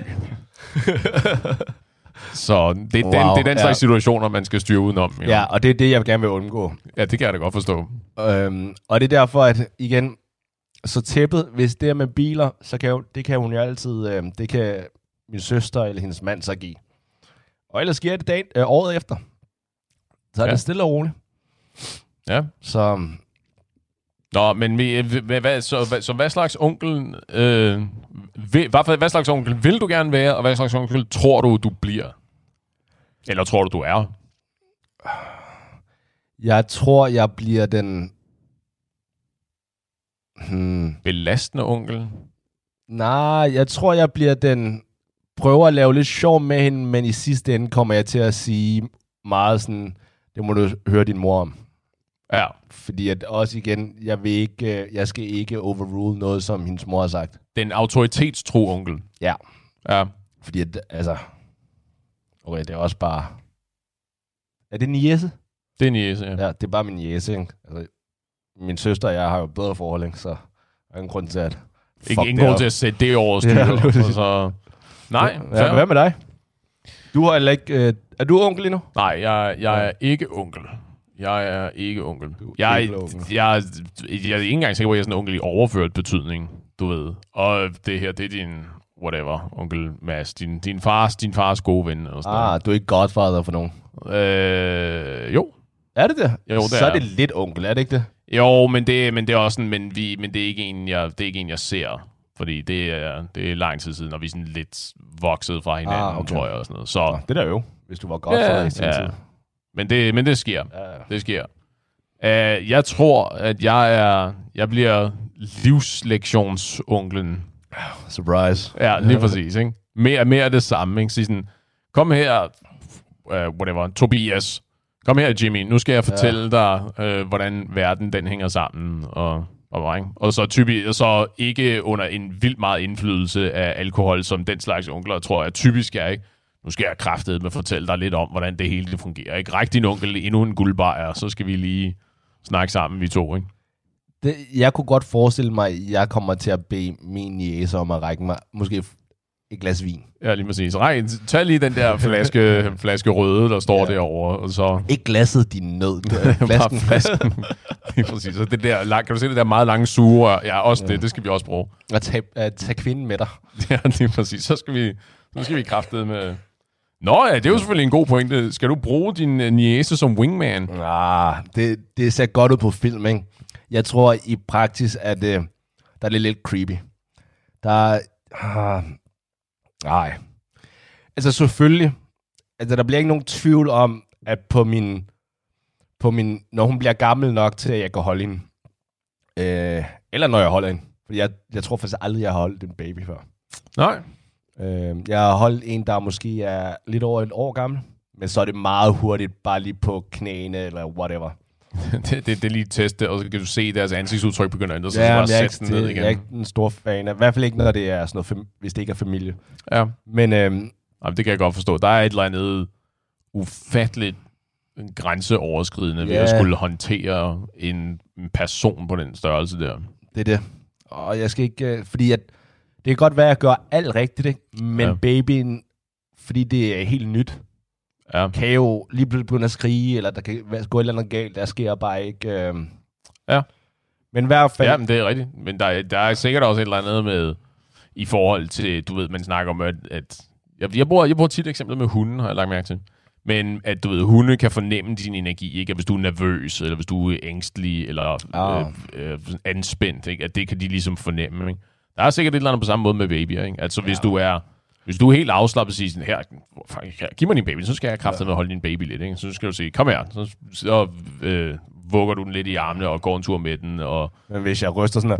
Så det, wow, den, det er den slags ja. situationer, man skal styre udenom. Jo. Ja, og det er det, jeg gerne vil undgå. Ja, det kan jeg da godt forstå. Øhm, og det er derfor, at igen, så tæppet, hvis det er med biler, så kan jo, det kan hun jo altid, øh, det kan min søster eller hendes mand så give. Og ellers giver det dagen, øh, året efter. Så er ja. det stille og roligt. Ja. Så... Nå, men vi, hvad, så, hvad, så hvad slags onkel, øh, vil, hvad, hvad slags onkel vil du gerne være, og hvad slags onkel tror du, du bliver? Eller tror du, du er? Jeg tror, jeg bliver den... Hmm. Belastende onkel? Nej, jeg tror, jeg bliver den... Prøver at lave lidt sjov med hende, men i sidste ende kommer jeg til at sige meget sådan... Det må du høre din mor om. Ja. Fordi at også igen, jeg vil ikke, jeg skal ikke overrule noget, som hendes mor har sagt. Den autoritetstro onkel. Ja. Ja. Fordi at, altså... Okay, det er også bare... Er det niece? Det er niece, ja. Ja, det er bare min niece, ikke? Altså, min søster og jeg har jo bedre forhold, ikke? Så der er ingen grund til at... Ikke ingen grund til at sætte det over styr. Ja, så... Nej, ja, hvad med dig? Du har heller ikke... Øh, er du onkel endnu? Nej, jeg, jeg er ikke onkel. Jeg er ikke onkel. Jeg, jeg, jeg, jeg, jeg er ikke engang sikker på, at jeg er sådan en onkel i overført betydning, du ved. Og det her, det er din, whatever, onkel Mads. Din, din, fars, din fars gode ven. Eller sådan ah, noget. Du er ikke godfather for nogen? Øh, jo. Er det det? Jo, det Så er er det lidt onkel, er det ikke det? Jo, men det, men det er også sådan, men, vi, men det er ikke en, jeg, det er ikke en, jeg ser. Fordi det er, det er lang tid siden, og vi er sådan lidt vokset fra hinanden, ah, okay. tror jeg. Og sådan noget. Så, ah, det der jo, hvis du var godfather ja, i sin ja. tid. Men det, men det sker. Ja. Det sker. Uh, jeg tror, at jeg er, jeg bliver livslektionsonklen. Surprise. Ja, lige præcis, ikke? Mere, mere af det samme, ikke? Så sådan, kom her, uh, whatever, Tobias. Kom her, Jimmy. Nu skal jeg fortælle ja. dig, uh, hvordan verden den hænger sammen. Og, og, og så typisk, så ikke under en vildt meget indflydelse af alkohol, som den slags onkler, tror jeg typisk er, ikke? Nu skal jeg kraftedeme med at fortælle dig lidt om, hvordan det hele det fungerer. Ikke? Ræk din onkel endnu en guldbajer, så skal vi lige snakke sammen, vi to, ikke? Det, jeg kunne godt forestille mig, at jeg kommer til at bede min niece om at række mig måske et glas vin. Ja, lige præcis. Rej, tag lige den der flaske, flaske røde, der står ja. derovre, og så... Ikke glasset, din nød. Flasken. flasken. Lige præcis. Så det der, kan du se det der meget lange sugerør? Ja, også ja. det. Det skal vi også bruge. At tage, at tage kvinden med dig. Ja, lige præcis. Så skal vi, så skal vi kraftede med... Nå ja, det er jo selvfølgelig en god pointe. Skal du bruge din uh, niece som wingman? Ah, det, det ser godt ud på film, ikke? Jeg tror i praksis, at uh, der er lidt, lidt creepy. Der er... Uh, nej. Altså selvfølgelig, altså der bliver ikke nogen tvivl om, at på min, på min, når hun bliver gammel nok til, at jeg kan holde hende, øh, eller når jeg holder hende, for jeg, jeg tror faktisk aldrig, jeg har holdt en baby før. Nej. Øh, jeg har holdt en, der måske er lidt over et år gammel, men så er det meget hurtigt, bare lige på knæene eller whatever. det, det, det er lige teste, og så kan du se, at deres ansigtsudtryk begynder at ændre sig, ja, så bare sætte den ned igen. Jeg er ikke en stor fan af, i hvert fald ikke, når det er sådan noget, hvis det ikke er familie. Ja. Men øhm, jamen, det kan jeg godt forstå. Der er et eller andet ufatteligt grænseoverskridende yeah. ved at skulle håndtere en person på den størrelse der. Det er det. Og jeg skal ikke, fordi at det kan godt være, at jeg gør alt rigtigt, ikke? Men ja. babyen, fordi det er helt nyt, ja. kan jo lige begynde at skrige, eller der kan gå et eller andet galt. Der sker bare ikke... Øh... Ja. Men i hvert fald... Ja, men det er rigtigt. Men der, der er sikkert også et eller andet med, i forhold til, du ved, man snakker om, at... at jeg, jeg, bruger, jeg bruger tit eksempler med hunden, har jeg lagt mærke til. Men at, du ved, hunde kan fornemme din energi, ikke? At hvis du er nervøs, eller hvis du er ængstelig, eller oh. øh, øh, anspændt, ikke? At det kan de ligesom fornemme, ikke? Der er sikkert et eller andet på samme måde med babyer, ikke? Altså, hvis ja. du er... Hvis du er helt afslappet og siger sådan, her, her, giv mig din baby, så skal jeg kraftigt med at holde din baby lidt, ikke? Så skal du sige, kom her, så, så øh, vugger du den lidt i armene og går en tur med den, og... Men hvis jeg ryster sådan her...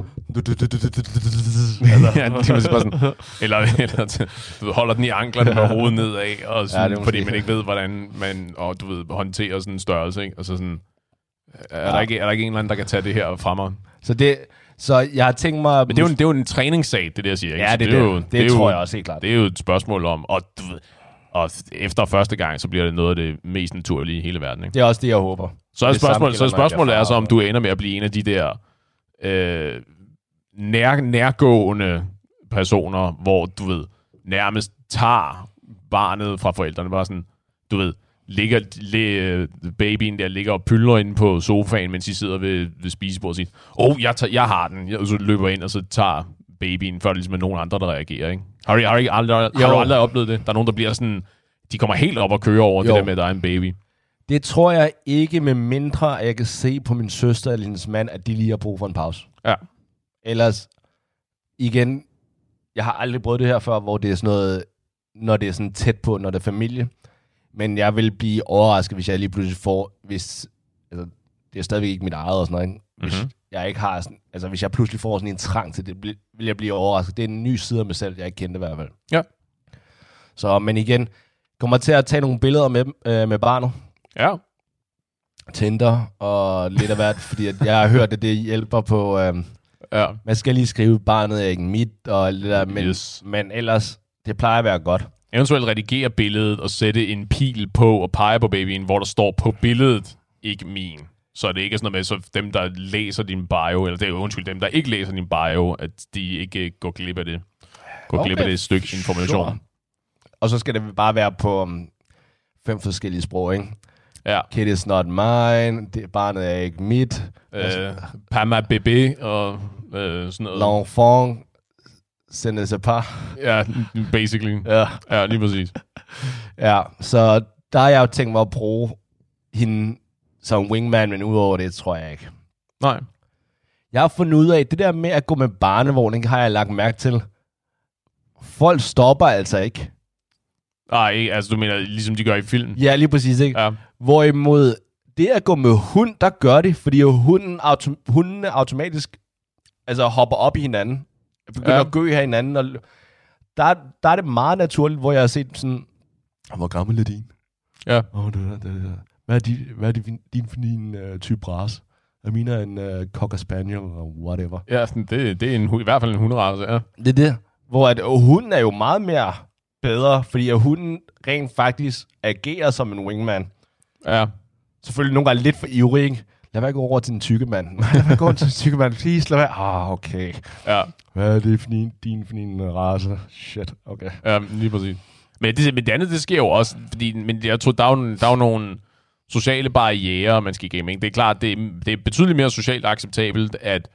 ja, det er bare sådan... Eller, eller du holder den i anklerne med hovedet nedad, og sådan, ja, fordi man ikke ved, hvordan man, og du ved, håndterer sådan en størrelse, ikke? Og så sådan... Er, ja. der ikke, er der ikke en eller anden, der kan tage det her fra mig? Så det... Så jeg har tænkt mig... Men det er jo en, det er jo en træningssag, det der, jeg siger. Ikke? Ja, det, det, det, det, jo, det, det, det tror jo, jeg også helt klart. Det er jo et spørgsmål om... Og, og efter første gang, så bliver det noget af det mest naturlige i hele verden. Ikke? Det er også det, jeg håber. Så er spørgsmålet, så spørgsmålet er så, om du ender med at blive en af de der øh, nær, nærgående personer, hvor du ved, nærmest tager barnet fra forældrene. Bare sådan, du ved... ligger le, babyen der ligger og pyldrer inde på sofaen, mens de sidder ved, ved spisebordet og siger, åh, oh, jeg, jeg har den. Jeg, så løber ind, og så tager babyen, før det ligesom er nogen andre, der reagerer. Ikke? Har, du, har, du aldrig, har du aldrig oplevet det? Der er nogen, der bliver sådan, de kommer helt op og kører over jo. Det der med, at der er en baby. Det tror jeg ikke, med mindre, at jeg kan se på min søster eller hendes mand, at de lige har brug for en pause. Ja. Ellers, igen, jeg har aldrig prøvet det her før, hvor det er sådan noget, når det er sådan tæt på, når det er familie. Men jeg vil blive overrasket, hvis jeg lige pludselig får, hvis, altså, det er stadigvæk ikke mit eget og sådan noget, ikke? Hvis mm-hmm. jeg ikke har sådan, altså hvis jeg pludselig får sådan en trang til det, vil jeg blive overrasket. Det er en ny side af mig selv, jeg ikke kendte i hvert fald. Ja. Så, men igen, kommer til at tage nogle billeder med, øh, med barnet. Ja. Tinder og lidt af hvert, fordi at jeg har hørt, at det hjælper på, øh, ja. Man skal lige skrive, barnet er ikke mit, og alt det der, men, yes. men ellers, det plejer at være godt. Eventuelt redigere billedet og sætte en pil på og pege på babyen, hvor der står på billedet, ikke min. Så det ikke er sådan noget med, så dem, der læser din bio, eller det er jo undskyld, dem, der ikke læser din bio, at de ikke går glip af det. Går okay. glip af det stykke information. Sure. Og så skal det bare være på um, fem forskellige sprog, ikke? Ja. Kid is not mine, det, barnet er ikke mit. Øh, Pama bébé og øh, sådan noget. L'enfant. Sendes et par. Ja, basically. Ja. Ja, lige præcis. Ja, så der har jeg jo tænkt mig at bruge hende som wingman, men udover det, tror jeg ikke. Nej. Jeg har fundet ud af, det der med at gå med barnevogn, ikke, har jeg lagt mærke til. Folk stopper altså ikke. Nej, ikke, altså du mener, ligesom de gør i film. Ja, lige præcis, ikke? Ja. Hvorimod det at gå med hund, der gør det, fordi hunden autom- hundene automatisk altså hopper op i hinanden. Begynder ja. at gø her hinanden, og der, der er det meget naturligt, hvor jeg har set sådan, hvor gammel er din? Ja. Oh, det, det, det. Hvad er, din, hvad er din, din, din uh, type race? Jeg mener en uh, Cocker Spaniel, eller whatever. Ja, det, det er en, i hvert fald en hunderace, ja. Det er det. Hvor at, og hunden er jo meget mere bedre, fordi at hunden rent faktisk agerer som en wingman. Ja. Selvfølgelig nogle gange lidt for ivrig, ikke? lad være gå over til den tykke mand. Lad være gå over til den tykke mand. Please, lad være. Ah, okay. Ja. Hvad er det for din, din, for din race? Shit, okay. Ja, lige præcis. Men det, men det andet, det sker jo også, fordi men jeg tror, der er jo, der er jo nogle sociale barrierer, man skal igennem. Ikke? Det er klart, det er, det er betydeligt mere socialt acceptabelt, at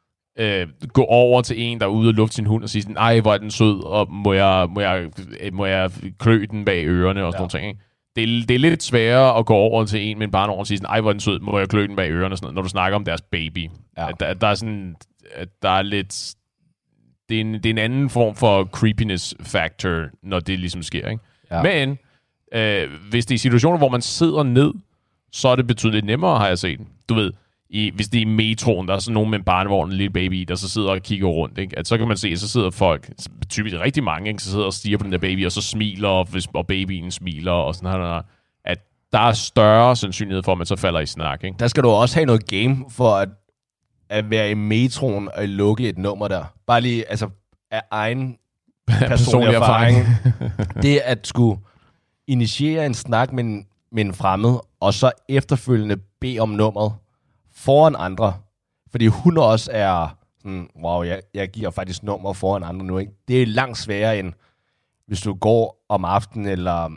øh, gå over til en, der er ude og lufte sin hund, og sige sådan, ej, hvor er den sød, og må jeg, må jeg, må jeg klø den bag ørerne, og sådan ja. Nogle ting, ikke? Det er, det er lidt sværere at gå over til en med en barn over og sige sådan, ej, hvor er den sød, må jeg klø den bag ørerne, og sådan noget, når du snakker om deres baby. Ja. At, at der er sådan, at der er lidt... Det er, en, det er en anden form for creepiness factor, når det ligesom sker, ikke? Ja. Men øh, hvis det er situationer, hvor man sidder ned, så er det betydeligt nemmere, har jeg set. Du ved, i, hvis det er i metroen, der er sådan nogen med en barnevogn, en lille baby, der så sidder og kigger rundt, ikke? At så kan man se, at så sidder folk, typisk rigtig mange, ikke? Så sidder og stiger på den der baby, og så smiler, og, og babyen smiler, og sådan her. At der er større sandsynlighed for, at man så falder i snak, ikke? Der skal du også have noget game for at at være i metroen og lukke et nummer der. Bare lige, altså, af egen personlig erfaring. Det at skulle initiere en snak med en, med en fremmed, og så efterfølgende bede om nummeret foran andre. Fordi hun også er sådan, wow, jeg, jeg giver faktisk nummer foran andre nu, ikke? Det er langt sværere end, hvis du går om aftenen, eller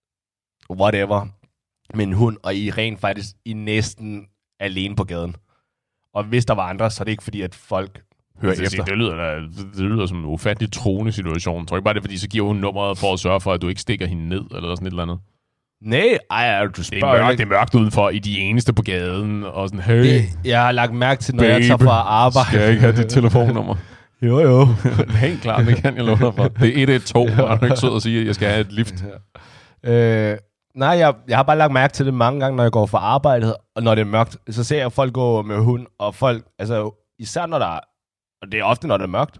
whatever, med en hund, og I rent faktisk I næsten alene på gaden. Og hvis der var andre, så er det ikke fordi, at folk hører efter. Sige, det, lyder, det lyder som en ufattelig troende situation. Jeg tror ikke bare, det er fordi, så giver hun nummeret for at sørge for, at du ikke stikker hende ned, eller sådan et eller andet. Nej, ej, du spørger det er, mørkt, det er mørkt udenfor, i de eneste på gaden, og sådan, hey, det, jeg har lagt mærke til, når babe, jeg tager fra arbejde. Skal jeg ikke have dit telefonnummer? jo, jo. Helt klart, det kan jeg love dig for. Det er et et to, og er du ikke sød at sige, at jeg skal have et lift? Ja. Øh, nej, jeg, jeg har bare lagt mærke til det mange gange, når jeg går fra arbejdet, og når det er mørkt, så ser jeg folk gå med hund, og folk, altså især når der er, og det er ofte, når det er mørkt,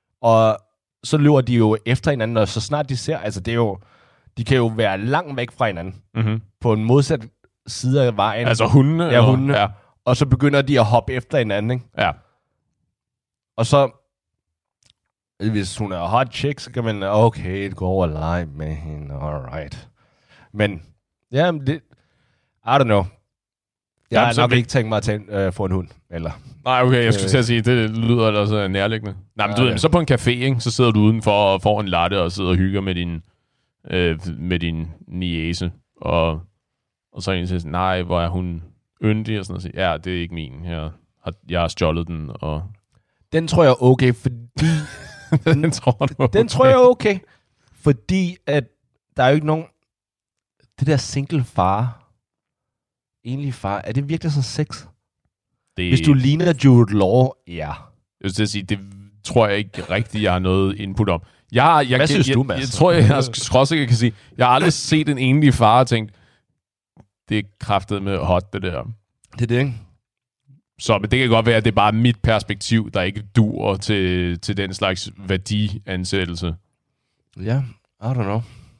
og så løber de jo efter hinanden, og så snart de ser, altså det er jo, de kan jo være langt væk fra hinanden, mm-hmm. på en modsat side af vejen. Altså hundene? Ja, hundene. Ja. Og så begynder de at hoppe efter hinanden, ikke? Ja. Og så, hvis hun er hot chick, så kan man, okay, gå over og lege med hende, alright. Men, ja, det, I don't know. Jeg har nok vi... ikke tænkt mig at tage, øh, få en hund, eller... Nej, okay, jeg skulle til at sige, det lyder altså nærliggende. Nej, men ja, du ved, ja. Så på en café, ikke, så sidder du udenfor og får en latte og sidder og hygger med din, øh, med din niece, og, og så er en siger, nej, hvor er hun yndig, og sådan noget. Ja, det er ikke min. Jeg har, jeg har stjålet den, og... Den tror jeg er okay, fordi... den tror du okay. Den tror jeg er okay, fordi at der er jo ikke nogen... Det der single far, enlig far, er det virkelig sådan sex? Det... Hvis du ligner Jude Law, ja. Jeg vil sige, det tror jeg ikke rigtigt, jeg har noget input om. Jeg, jeg, Hvad synes jeg, du, Mads? Jeg, jeg tror, jeg, jeg skråsikkert kan sige, jeg har aldrig set en enlig far og tænkt, det er kraftet med hot, det der. Det er det, ikke? Så men det kan godt være, at det er bare mit perspektiv, der ikke duer til, til den slags værdiansættelse. Ja, I don't know.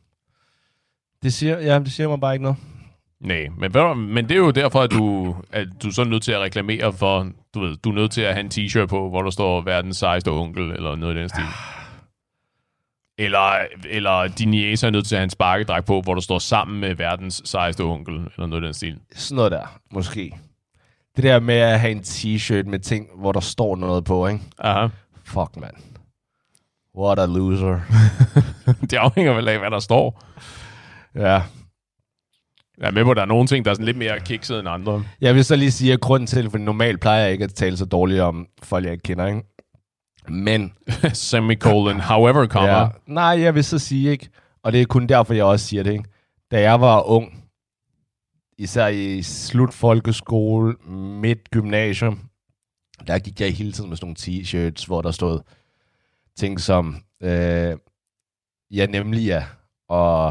Det siger, ja, det siger mig bare ikke noget. Nej, men, men det er jo derfor, at du, at du så er nødt til at reklamere for, du ved, du er nødt til at have en t-shirt på, hvor der står verdens sejeste onkel, eller noget i den stil. Eller, eller din niece er nødt til at have en sparkedræk på, hvor der står sammen med verdens sejeste onkel, eller noget i den stil. Sådan noget der, måske. Det der med at have en t-shirt med ting, hvor der står noget på, ikke? Aha. Fuck, man. What a loser. Det afhænger vel af, hvad der står. Ja. Jeg er med på, at der er nogle ting, der er sådan lidt mere kikset end andre. Jeg vil så lige sige, at grunden til, for normalt plejer jeg ikke at tale så dårligt om folk, jeg ikke kender, ikke? Men... Semicolon, however, comma. Ja. Nej, jeg vil så sige, ikke? Og det er kun derfor, jeg også siger det, ikke? Da jeg var ung, især i slut folkeskole, midt gymnasium, der gik jeg hele tiden med sådan nogle t-shirts, hvor der stod ting som, øh, ja, nemlig ja, og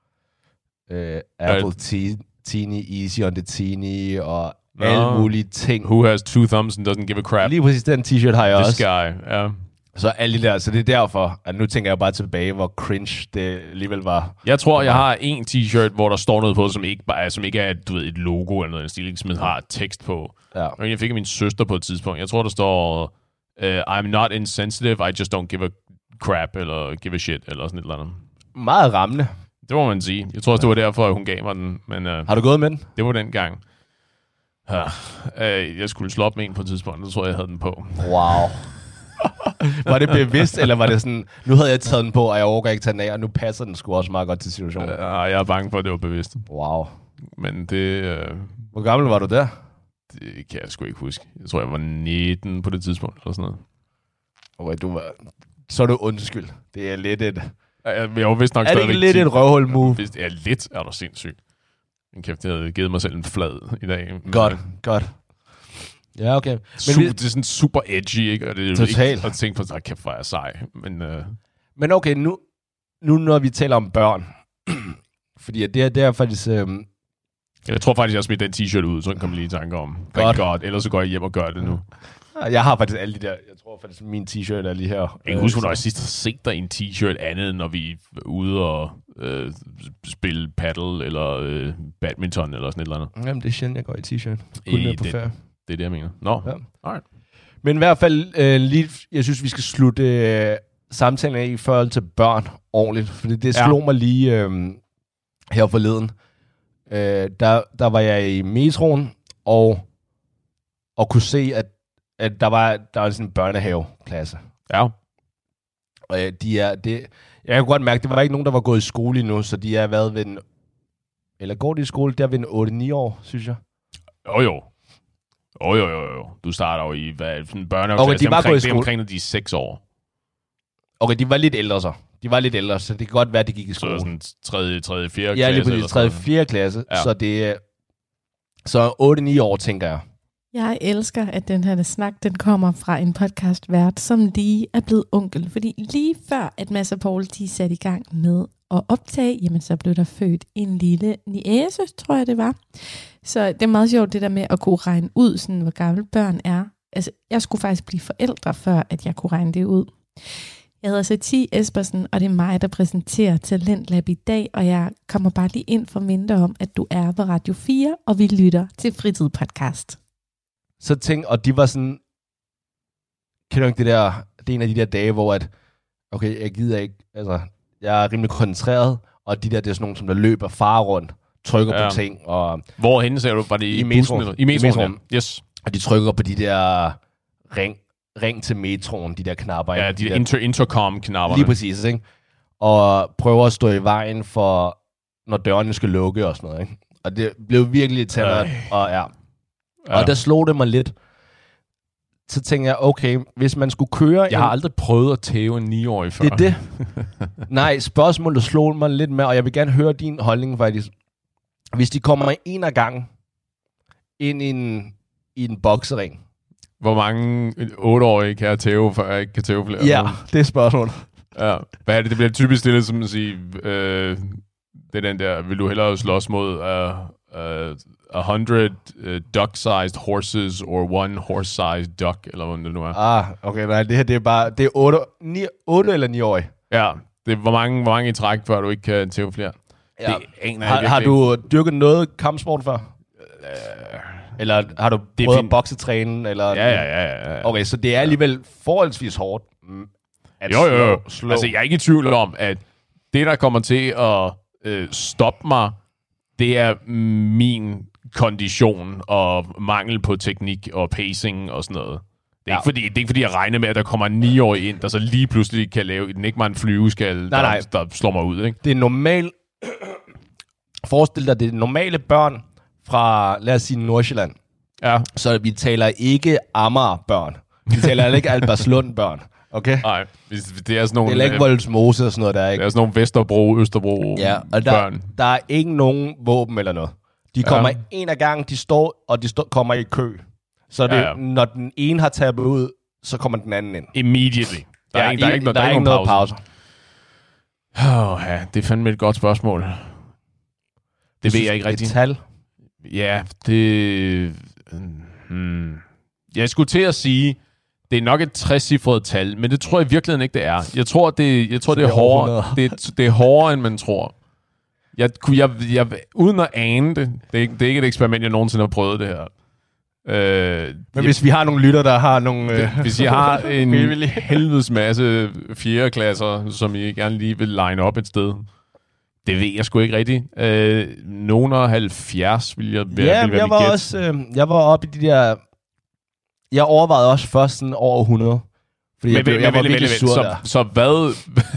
øh, Apple Teeny, Easy on the Teeny, og no. alle mulige ting. Who has two thumbs and doesn't give a crap. Lige præcis den t-shirt har jeg This også. This guy, ja. Yeah. Så alle de der, så det er derfor, at nu tænker jeg bare tilbage, hvor cringe det alligevel var. Jeg tror, jeg har en t-shirt, hvor der står noget på, som ikke, bare, som ikke er du ved, et logo eller noget, en stil, som har tekst på. Ja. Og jeg fik af min søster på et tidspunkt. Jeg tror, der står, uh, I'm not insensitive, I just don't give a crap, eller give a shit, eller sådan et eller andet. Meget rammende. Det må man sige. Jeg tror også, det var derfor, at hun gav mig den. Men, uh, har du gået med den? Det var den gang. Ja, øh, jeg skulle slå op med en på et tidspunkt, så tror jeg, jeg havde den på. Wow. Var det bevidst, eller var det sådan, nu havde jeg taget den på, og jeg overgår ikke tage den af, og nu passer den sgu også meget godt til situationen? Ja, jeg er bange for, at det var bevidst. Wow. Men det... Øh, Hvor gammel var du der? Det kan jeg sgu ikke huske. Jeg tror, jeg var nitten på det tidspunkt, eller sådan noget. Okay, du var... Så er du undskyld. Det er lidt et... Jeg, jeg var vist nok er det ikke lidt et røvhul-move? Ja, lidt er der sindssygt. Men kæft, jeg havde givet mig selv en flad i dag. Godt, godt. Ja, okay. Men super, vi... Det er sådan super edgy, ikke? Og det er Totalt. ikke at tænke på, at kæft, hvor er jeg sej. Men, øh... Men okay, nu, nu når vi taler om børn, fordi det er, det er faktisk... Øh... Jeg tror faktisk, jeg har smidt den t-shirt ud, så den kommer lige i tanke om. Thank God. Ellers så går jeg hjem og gør det nu. Jeg har faktisk alle de der... Jeg tror faktisk, min t-shirt er lige her. Jeg kan huske, hvornår jeg sidst har set dig i en t-shirt andet, når vi er ude og øh, spille paddle eller øh, badminton eller sådan et eller andet. Jamen, det er sjældent, jeg går i t-shirt. I det, det er det, jeg mener. Nå, ja. Alright. Men i hvert fald, øh, lige, jeg synes, vi skal slutte øh, samtalen af i forhold til børn ordentligt. Fordi det slog ja. mig lige øh, her forleden. Øh, der, der var jeg i metroen, og, og kunne se, at, at der var, der var sådan en børnehaveklasse. Ja. Og øh, de er, det, jeg kan godt mærke, at det var ikke nogen, der var gået i skole endnu, så de er været ved en, eller går de i skole, der ved en otte ni år, synes jeg. Jo jo. Jo jo jo jo. Du starter jo i hvad, sådan en børnehaveklasse, okay, de omkring, det er omkring, når de er seks år. Okay, de var lidt ældre så. De var lidt ældre, så det kan godt være, at de gik i skole. Så sådan tredje, tredje, fjerde ja, klasse. Ja, lige præcis tredje, fjerde klasse. Ja. Så det er så otte ni år, tænker jeg. Jeg elsker, at den her snak, den kommer fra en podcastvært, som lige er blevet onkel. Fordi lige før, at Mads og Paul, de satte i gang med at optage, jamen så blev der født en lille niece, tror jeg det var. Så det er meget sjovt, det der med at kunne regne ud, sådan, hvor gamle børn er. Altså, jeg skulle faktisk blive forældre, før at jeg kunne regne det ud. Jeg hedder Satie Espersen, og det er mig, der præsenterer Talentlab i dag, og jeg kommer bare lige ind for mindre om, at du er på Radio fire, og vi lytter til Fritid Podcast. Så tænk, og de var sådan, kan du ikke det der, det er en af de der dage, hvor at, okay, jeg gider ikke, altså, jeg er rimelig koncentreret, og de der, det er sådan nogle, som der løber far rundt, trykker ja. på ting, og... Hvorhenne ser du? Var det i, i metroen? I metroen, metroen. Ja. Yes. Og de trykker på de der ring, ring til metroen, de der knapper. Ja, de, de der inter, intercom-knapperne. Lige præcis, ikke? Og prøver at stå i vejen for, når dørene skal lukke og sådan noget, ikke? Og det blev virkelig tændt, og ja. Ja. Og der slog det mig lidt. Så tænkte jeg, okay, hvis man skulle køre... Jeg en... har aldrig prøvet at tæve en ni-årig før. Det er det. Nej, spørgsmålet slog mig lidt med, og jeg vil gerne høre din holdning faktisk. Hvis de kommer en af gangen ind i en, i en boksering. Hvor mange otte-årige kan jeg tæve, før jeg ikke kan tæve flere? Ja, det er spørgsmålet. Ja. Hvad er det? Det bliver typisk stillet som at sige, øh, det er den der, vil du hellere slås mod... Uh, Uh, a hundred uh, duck-sized horses or one horse-sized duck, eller hvad det nu er. Ah, okay, nej, det her, det er bare, det er otte, ni, otte eller ni år. Ja, det er, hvor mange, hvor mange i træk, før du ikke kan tæve flere. Ja. Det aner har, jeg har du dyrket noget kampsport før? Uh, eller har du det prøvet fin- at boksetræne? Eller ja, ja, ja, ja. Okay, så det er alligevel forholdsvis hårdt at jo, jo, jo. Slå, slå. Altså, jeg er ikke i tvivl om, at det, der kommer til at øh, stoppe mig, det er min kondition og mangel på teknik og pacing og sådan noget. Det er, ja. ikke, fordi, det er ikke fordi, jeg regner med, at der kommer en ni-årig ind, der så lige pludselig kan lave den ikke mig en flyveskal, nej, der, nej. der slår mig ud. Ikke? Det er normalt... Forestil dig, det er normale børn fra, lad os sige, Nordsjælland. Ja. Så vi taler ikke Amager-børn. Vi taler ikke Albertslund-børn. Okay? Nej, det er sådan nogle... Det er ikke Voldsmose og sådan noget, der er ikke. Det er sådan nogle Vesterbro, Østerbro ja, og der, børn. Der er ikke nogen våben eller noget. De kommer ja. en af gangen, de står, og de stå, kommer i kø. Så det, ja, ja. når den ene har tabet ud, så kommer den anden ind. Immediately. Der er, ja, ikke, der er ikke, der der er er ikke noget pause. pause. Oh, ja, det er fandme et godt spørgsmål. Det, det ved jeg ikke rigtigt. Et tal? Ja, det... Hmm. Jeg skulle til at sige... Det er nok et tres-cifret tal, men det tror jeg i virkeligheden ikke, det er. Jeg tror, det, jeg tror, det er hårdere. Det, det er hårdere, end man tror. Jeg, jeg, jeg, uden at ane det, det er, ikke, det er ikke et eksperiment, jeg nogensinde har prøvet det her. Øh, men jeg, hvis vi har nogle lytter, der har nogle... Øh, hvis I har en helvedes masse fjerde klasser, som I gerne lige vil line op et sted, Det ved jeg sgu ikke rigtigt. Øh, nogen af halvfjerds vil jeg vil, Ja, vil være jeg mit var gæt. også, øh, jeg var oppe i de der, jeg overvejede også først sådan over hundrede. Fordi jeg, blev, jeg var virkelig sur så, der. så hvad...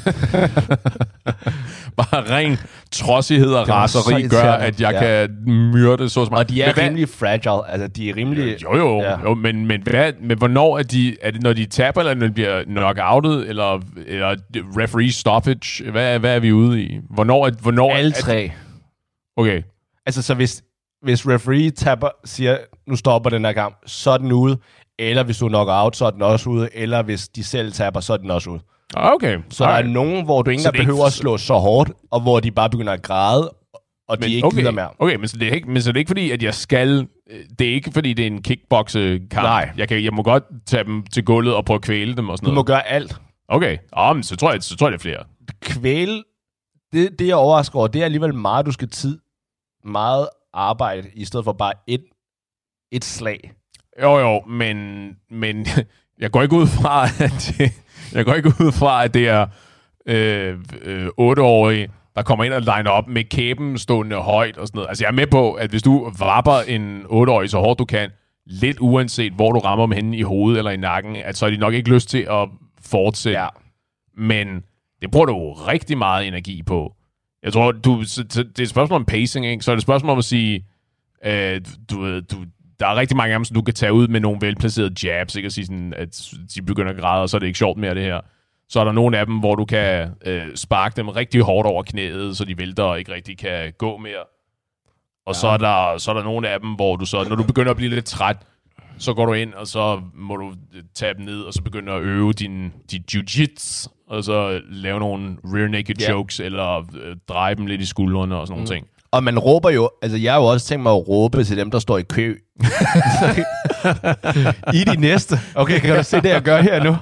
Bare ren trodsighed og raseri gør, at jeg ja. kan myrde så meget. Og de er men rimelig hvad? fragile. Altså, de er rimelig... Jo, jo. Ja. jo men, men, hvad, men hvornår er de... Er det, når de taber, eller når de bliver knockoutet, eller, eller referee stoppage? Hvad, hvad er vi ude i? Hvornår er... Hvornår Alle er, tre. Okay. Altså, så hvis, hvis referee taber, siger, nu stopper den her kamp, så er den ude. Eller hvis du knocker out, så er den også ude. Eller hvis de selv taber, så er den også ude. Okay. Så okay. Der er nogen, hvor du ikke behøver ikke... at slå så hårdt, og hvor de bare begynder at græde, og men, de ikke okay. gider mere. Okay, men så, det er ikke, men så det er ikke fordi, at jeg skal... Det er ikke fordi, det er en kickboxe-kamp. Nej. Jeg, kan, jeg må godt tage dem til gulvet og prøve at kvæle dem og sådan noget. Du noget. må gøre alt. Okay. Oh, men så tror jeg, så tror jeg, det er flere. Kvæle, det, det jeg overrasker over, det er alligevel meget, du skal tid, meget arbejde, i stedet for bare et, et slag. Jo, jo, men, men jeg går ikke ud fra, at det, jeg går ikke ud fra, at det er øh, øh, otteårige, der kommer ind og liner op med kæben stående højt og sådan noget. Altså, jeg er med på, at hvis du vapper en otteårig så hårdt du kan, lidt uanset hvor du rammer dem henne i hovedet eller i nakken, at så har de nok ikke lyst til at fortsætte. Ja. Men det bruger du rigtig meget energi på. Jeg tror, du, det er et spørgsmål om pacing, ikke? Så er det et spørgsmål om at sige, øh, du, du, der er rigtig mange af dem, som du kan tage ud med nogle velplacerede jabs, ikke? Og sige sådan, at de begynder at græde, og så er det ikke sjovt mere det her. Så er der nogle af dem, hvor du kan øh, sparke dem rigtig hårdt over knæet, så de vælter og ikke rigtig kan gå mere. Og ja. så, er der, så er der nogle af dem, hvor du så, når du begynder at blive lidt træt, så går du ind, og så må du tage dem ned, og så begynder at øve din, din jiu-jitsu, og så lave nogle rear naked yeah. chokes, eller øh, dreje dem lidt i skuldrene og sådan nogle mm. ting. Og man råber jo, altså jeg har jo også tænkt mig at råbe til dem, der står i kø. I de næste. Okay, kan du se det, jeg gør her nu?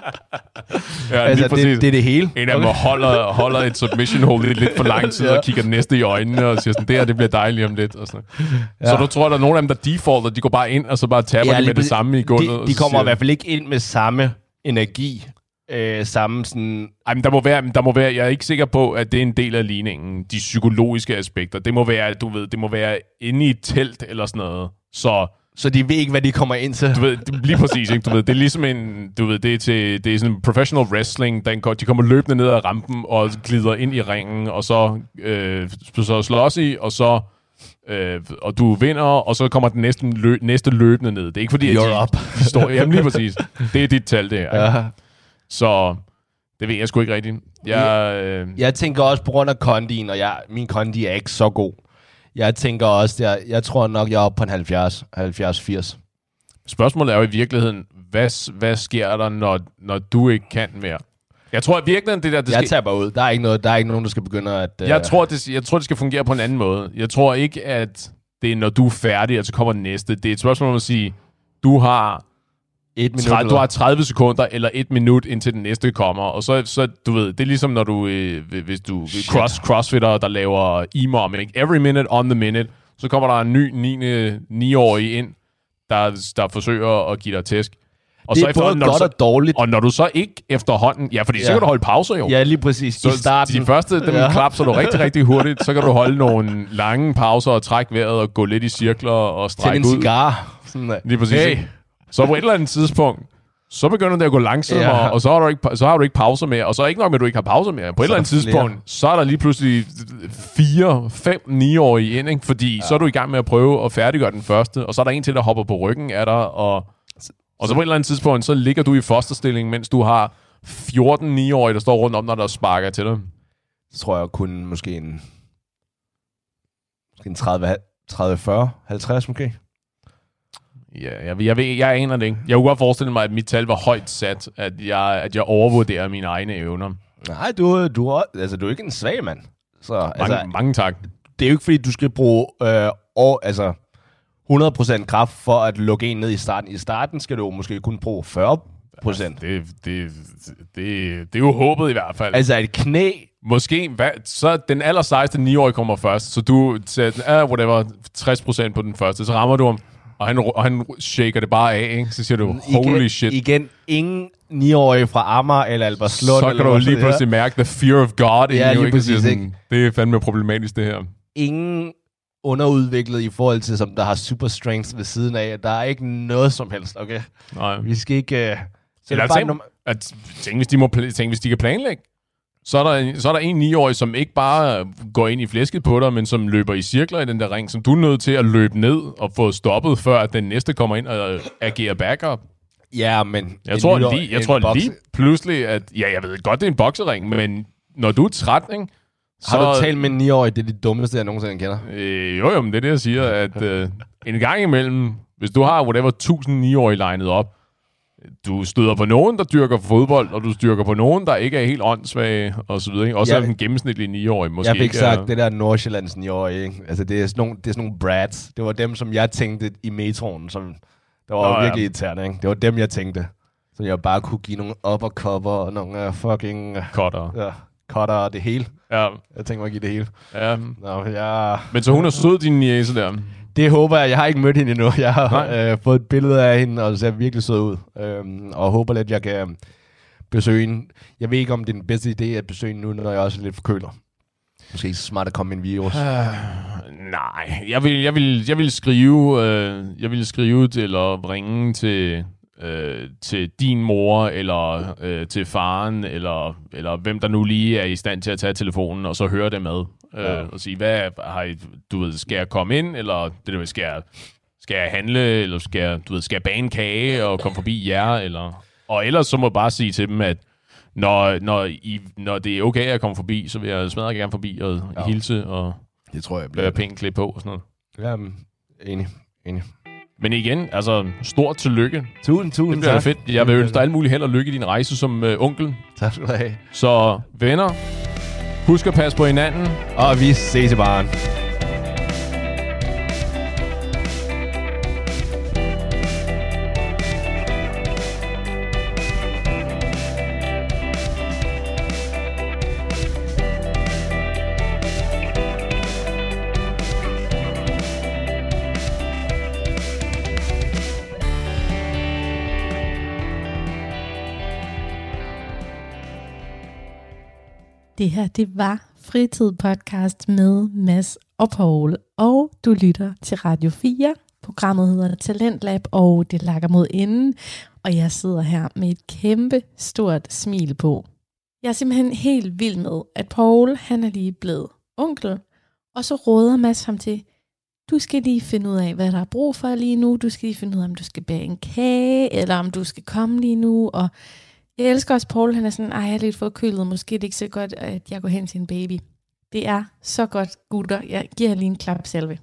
Ja, altså, det, det er det hele. En af dem okay. holder, holder et submission hold lidt, lidt for lang tid, ja. Og kigger den næste i øjnene, og siger sådan, det her, det bliver dejligt om lidt. Og sådan. Ja. Så du tror, der er nogle af dem, der defaulter, de går bare ind, og så bare taber ja, de med det samme i gulvet. De, de kommer siger, i hvert fald ikke ind med samme energi. Øh, samme sådan... Ej, men der må være, der må være, jeg er ikke sikker på, at det er en del af ligningen, de psykologiske aspekter. Det må være, du ved, det må være inde i et telt eller sådan noget. Så, så de ved ikke, hvad de kommer ind til. Du ved, lige præcis, ikke? Du ved, det er ligesom en, du ved, det er til, det er sådan en professional wrestling, der de kommer løbende ned ad rampen og glider ind i ringen, og så, øh, så slås i, og så øh, og du vinder, og så kommer den næste, lø, næste løbende ned. Det er ikke fordi, at You're up. de står... Jamen lige præcis. Det er dit tal, det her. Ja. Så det ved jeg sgu ikke rigtigt. Jeg, øh... jeg tænker også på grund af kondien, og jeg, min kondi er ikke så god. Jeg tænker også, jeg, jeg tror nok, jeg er oppe på en halvfjerds, halvfjerds firs. Spørgsmålet er jo i virkeligheden, hvad, hvad sker der, når, når du ikke kan mere? Jeg tror i virkeligheden, det der... Det jeg skal... taber ud. Der er ikke noget, der er ikke nogen, der skal begynde at... Uh... Jeg, tror, det, jeg tror, det skal fungere på en anden måde. Jeg tror ikke, at det er, når du er færdig, og så kommer den næste. Det er et spørgsmål om at sige, du har... Et minut, tredive, du har tredive sekunder eller et minut, indtil den næste kommer. Og så, så du ved, det er ligesom, når du, øh, hvis du cross, crossfitter, der laver E M O M, ikke? Every minute on the minute, så kommer der en ny ni-årig ind, der, der forsøger at give dig tæsk. Og det så er både godt så, og dårligt. Og når du så ikke efterhånden... Ja, fordi ja. så kan du holde pauser jo. Ja, lige præcis. Så i starten. De første, dem ja. klapser du rigtig, rigtig hurtigt. Så kan du holde nogle lange pauser og trække vejret og gå lidt i cirkler og strække ud. Til en cigar. Sådan der. Lige præcis. Hey. Så på et eller andet tidspunkt, så begynder det at gå langsommere, ja. og så har, du ikke, så har du ikke pauser mere. Og så er ikke nok med, at du ikke har pauser mere. På et eller andet tidspunkt, flere. Så er der lige pludselig fire, fem, ni-årige ind, ikke? Fordi ja. så er du i gang med at prøve at færdiggøre den første, og så er der en til, der hopper på ryggen af dig, og, og så på et eller andet tidspunkt, så ligger du i fosterstilling, mens du har fjorten ni-årige, der står rundt om dig, der sparker til dig. Så tror jeg kun måske en, måske en tredive, fyrre, halvtreds måske. Ja, jeg, jeg, ved, jeg aner det ikke. Jeg kunne godt forestille mig, at mit tal var højt sat, at jeg, at jeg overvurderer mine egne evner. Nej, du, du, er, altså, du er ikke en svag mand. Så, mange, altså, mange tak. Det er jo ikke, fordi du skal bruge øh, år, altså hundrede procent kraft for at lukke en ned i starten. I starten skal du måske kun bruge fyrre procent. Altså, det, det, det, det er jo håbet i hvert fald. Altså et knæ... Måske, hvad, så den allersejste ni-årige kommer først, så du sætter, uh, whatever, tres procent på den første, så rammer du ham. Og han, og han shaker det bare af, ikke? Så siger du, holy igen, shit. Igen, ingen niårige fra Amager eller Albertslund. Så kan du lige pludselig mærke the fear of God. Ja, lige præcis, sådan, ikke? Det er fandme problematisk, det her. Ingen underudviklet i forhold til, som der har super strength ved siden af. Der er ikke noget som helst, okay? Nej. Vi skal ikke... Uh, Eller tænk, num- at, tænk, hvis de må pl- tænk, hvis de kan planlægge. Så er, der en, så er der en niårig, som ikke bare går ind i flæsket på dig, men som løber i cirkler i den der ring, som du er nødt til at løbe ned og få stoppet, før at den næste kommer ind og agerer backup. Ja, men... Jeg tror, nyår, lige, jeg tror lige pludselig, at... Ja, jeg ved godt, det er en boksering, men når du er træt, ikke? Så, har du talt med en niårig, det er det dummeste, jeg nogensinde kender? Øh, jo, jo, men det er det, jeg siger, at øh, en gang imellem, hvis du har whatever tusind niårige legnet op, du støder på nogen, der dyrker fodbold, og du styrker på nogen, der ikke er helt åndssvage, og så videre. Ikke? Også ja, en gennemsnitlig niårig måske. Jeg fik ikke sagt er... det der Nordsjællands niårige, ikke? Altså, det er, sådan nogle, det er sådan nogle brats. Det var dem, som jeg tænkte i metroen, som der var Nå, virkelig ja. irriterende, ikke? Det var dem, jeg tænkte. Så jeg bare kunne give nogle uppercover og nogle uh, fucking... Cutter. Ja, cutter og det hele. Ja. Jeg tænkte mig at give det hele. Ja. Nå, jeg... Men så hun er sød, din niece der? Det håber jeg. Jeg har ikke mødt hende endnu. Jeg har øh, fået et billede af hende, og det ser virkelig sød ud. Øhm, og håber lidt, at jeg kan besøge hende. Jeg ved ikke, om det er den bedste idé at besøge hende nu, når jeg også er lidt forkølet. Måske ikke så smart at komme med en virus. Uh, nej, jeg vil, jeg vil, jeg vil skrive, øh, jeg vil skrive til, eller ringe til, øh, til din mor, eller øh, til faren, eller, eller hvem der nu lige er i stand til at tage telefonen, og så høre det med. Ja. Øh, og sige, hvad har I, du ved, skal jeg komme ind, eller det der, skal jeg, skal jeg handle, eller skal jeg, du ved, skal jeg bage en kage og komme forbi jer, eller... Og ellers så må jeg bare sige til dem, at når, når, I, når det er okay at komme forbi, så vil jeg smadre gerne forbi og ja. hilse, og det tror jeg bliver pænt klædt på og sådan noget. Jamen, enig, enig. Men igen, altså, stort tillykke. Tusind, tusind det bliver fedt. Jeg vil ønske dig alt muligt held og lykke i din rejse som øh, onkel. Tak skal du have. Så venner, husk at passe på hinanden. Og vi ses i baren. Det her, det var Fritid Podcast med Mads og Paul, og du lytter til Radio fire. Programmet hedder Talentlab, og det lakker mod enden, og jeg sidder her med et kæmpe stort smil på. Jeg er simpelthen helt vild med, at Paul, han er lige blevet onkel, og så råder Mads ham til, du skal lige finde ud af, hvad der er brug for lige nu, du skal lige finde ud af, om du skal bage en kage, eller om du skal komme lige nu, og jeg elsker også Paul, han er sådan, ej, jeg er lidt forkølet, måske er det ikke så godt, at jeg går hen til en baby. Det er så godt, gutter. Jeg giver lige en klap selve.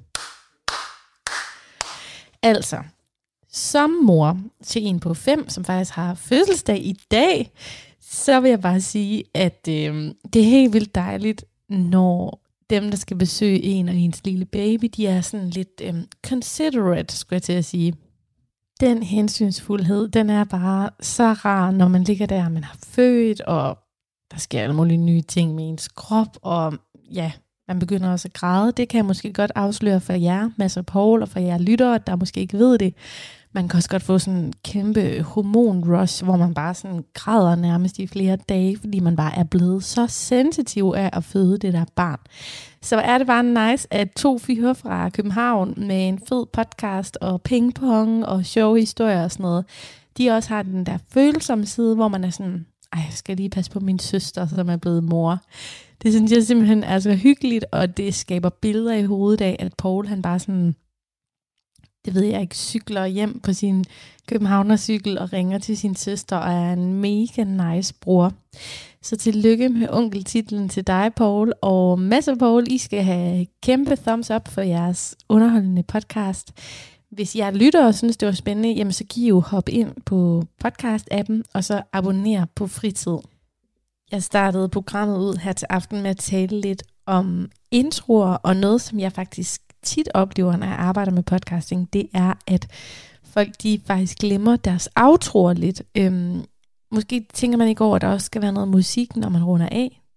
Altså, som mor til en på fem, som faktisk har fødselsdag i dag, så vil jeg bare sige, at øh, det er helt vildt dejligt, når dem, der skal besøge en og ens lille baby, de er sådan lidt øh, considerate, skulle jeg til at sige. Den hensynsfuldhed, den er bare så rar, når man ligger der, og man har født, og der sker alle mulige nye ting med ens krop, og ja, man begynder også at græde. Det kan jeg måske godt afsløre for jer, Mads og Paul, og for jer lyttere, der måske ikke ved det. Man kan også godt få sådan en kæmpe hormonrush, hvor man bare sådan græder nærmest i flere dage, fordi man bare er blevet så sensitiv af at føde det der barn. Så er det bare nice, at to fyre fra København med en fed podcast og pingpong og showhistorier og sådan noget, de også har den der følsomme side, hvor man er sådan, ej, jeg skal lige passe på min søster, som er blevet mor. Det synes jeg simpelthen er så hyggeligt, og det skaber billeder i hovedet af, at Paul han bare sådan, det ved jeg ikke, cykler hjem på sin københavnercykel og ringer til sin søster og er en mega nice bror. Så tillykke med onkeltitlen til dig, Paul. Og Mads og Paul, I skal have kæmpe thumbs up for jeres underholdende podcast. Hvis jeg lytter og synes, det var spændende, jamen så giv jo hop ind på podcast-appen og så abonner på Fritid. Jeg startede programmet ud her til aften med at tale lidt om introer, og noget, som jeg faktisk tit oplever, når jeg arbejder med podcasting, det er, at folk de faktisk glemmer deres outroer lidt. Øhm, måske tænker man ikke over, at der også skal være noget musik, når man runder af.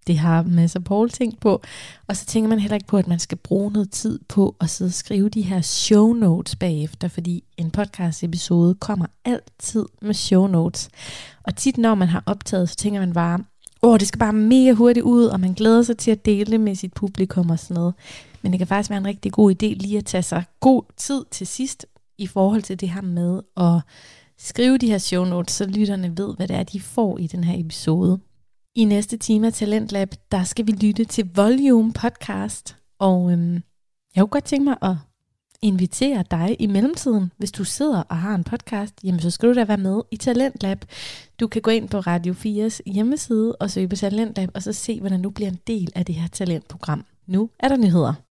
Det har Mads og Paul tænkt på. Og så tænker man heller ikke på, at man skal bruge noget tid på at sidde og skrive de her show notes bagefter, fordi en podcast episode kommer altid med show notes. Og tit når man har optaget, så tænker man bare, åh, det skal bare mega hurtigt ud, og man glæder sig til at dele det med sit publikum og sådan noget. Men det kan faktisk være en rigtig god idé lige at tage sig god tid til sidst i forhold til det her med at skrive de her show notes, så lytterne ved, hvad det er, de får i den her episode. I næste time af Talentlab, der skal vi lytte til Volume Podcast, og øhm, jeg kunne godt tænke mig at invitere dig i mellemtiden. Hvis du sidder og har en podcast, jamen så skal du da være med i Talentlab. Du kan gå ind på Radio fires hjemmeside og søge på Talentlab, og så se, hvordan du bliver en del af det her talentprogram. Nu er der nyheder.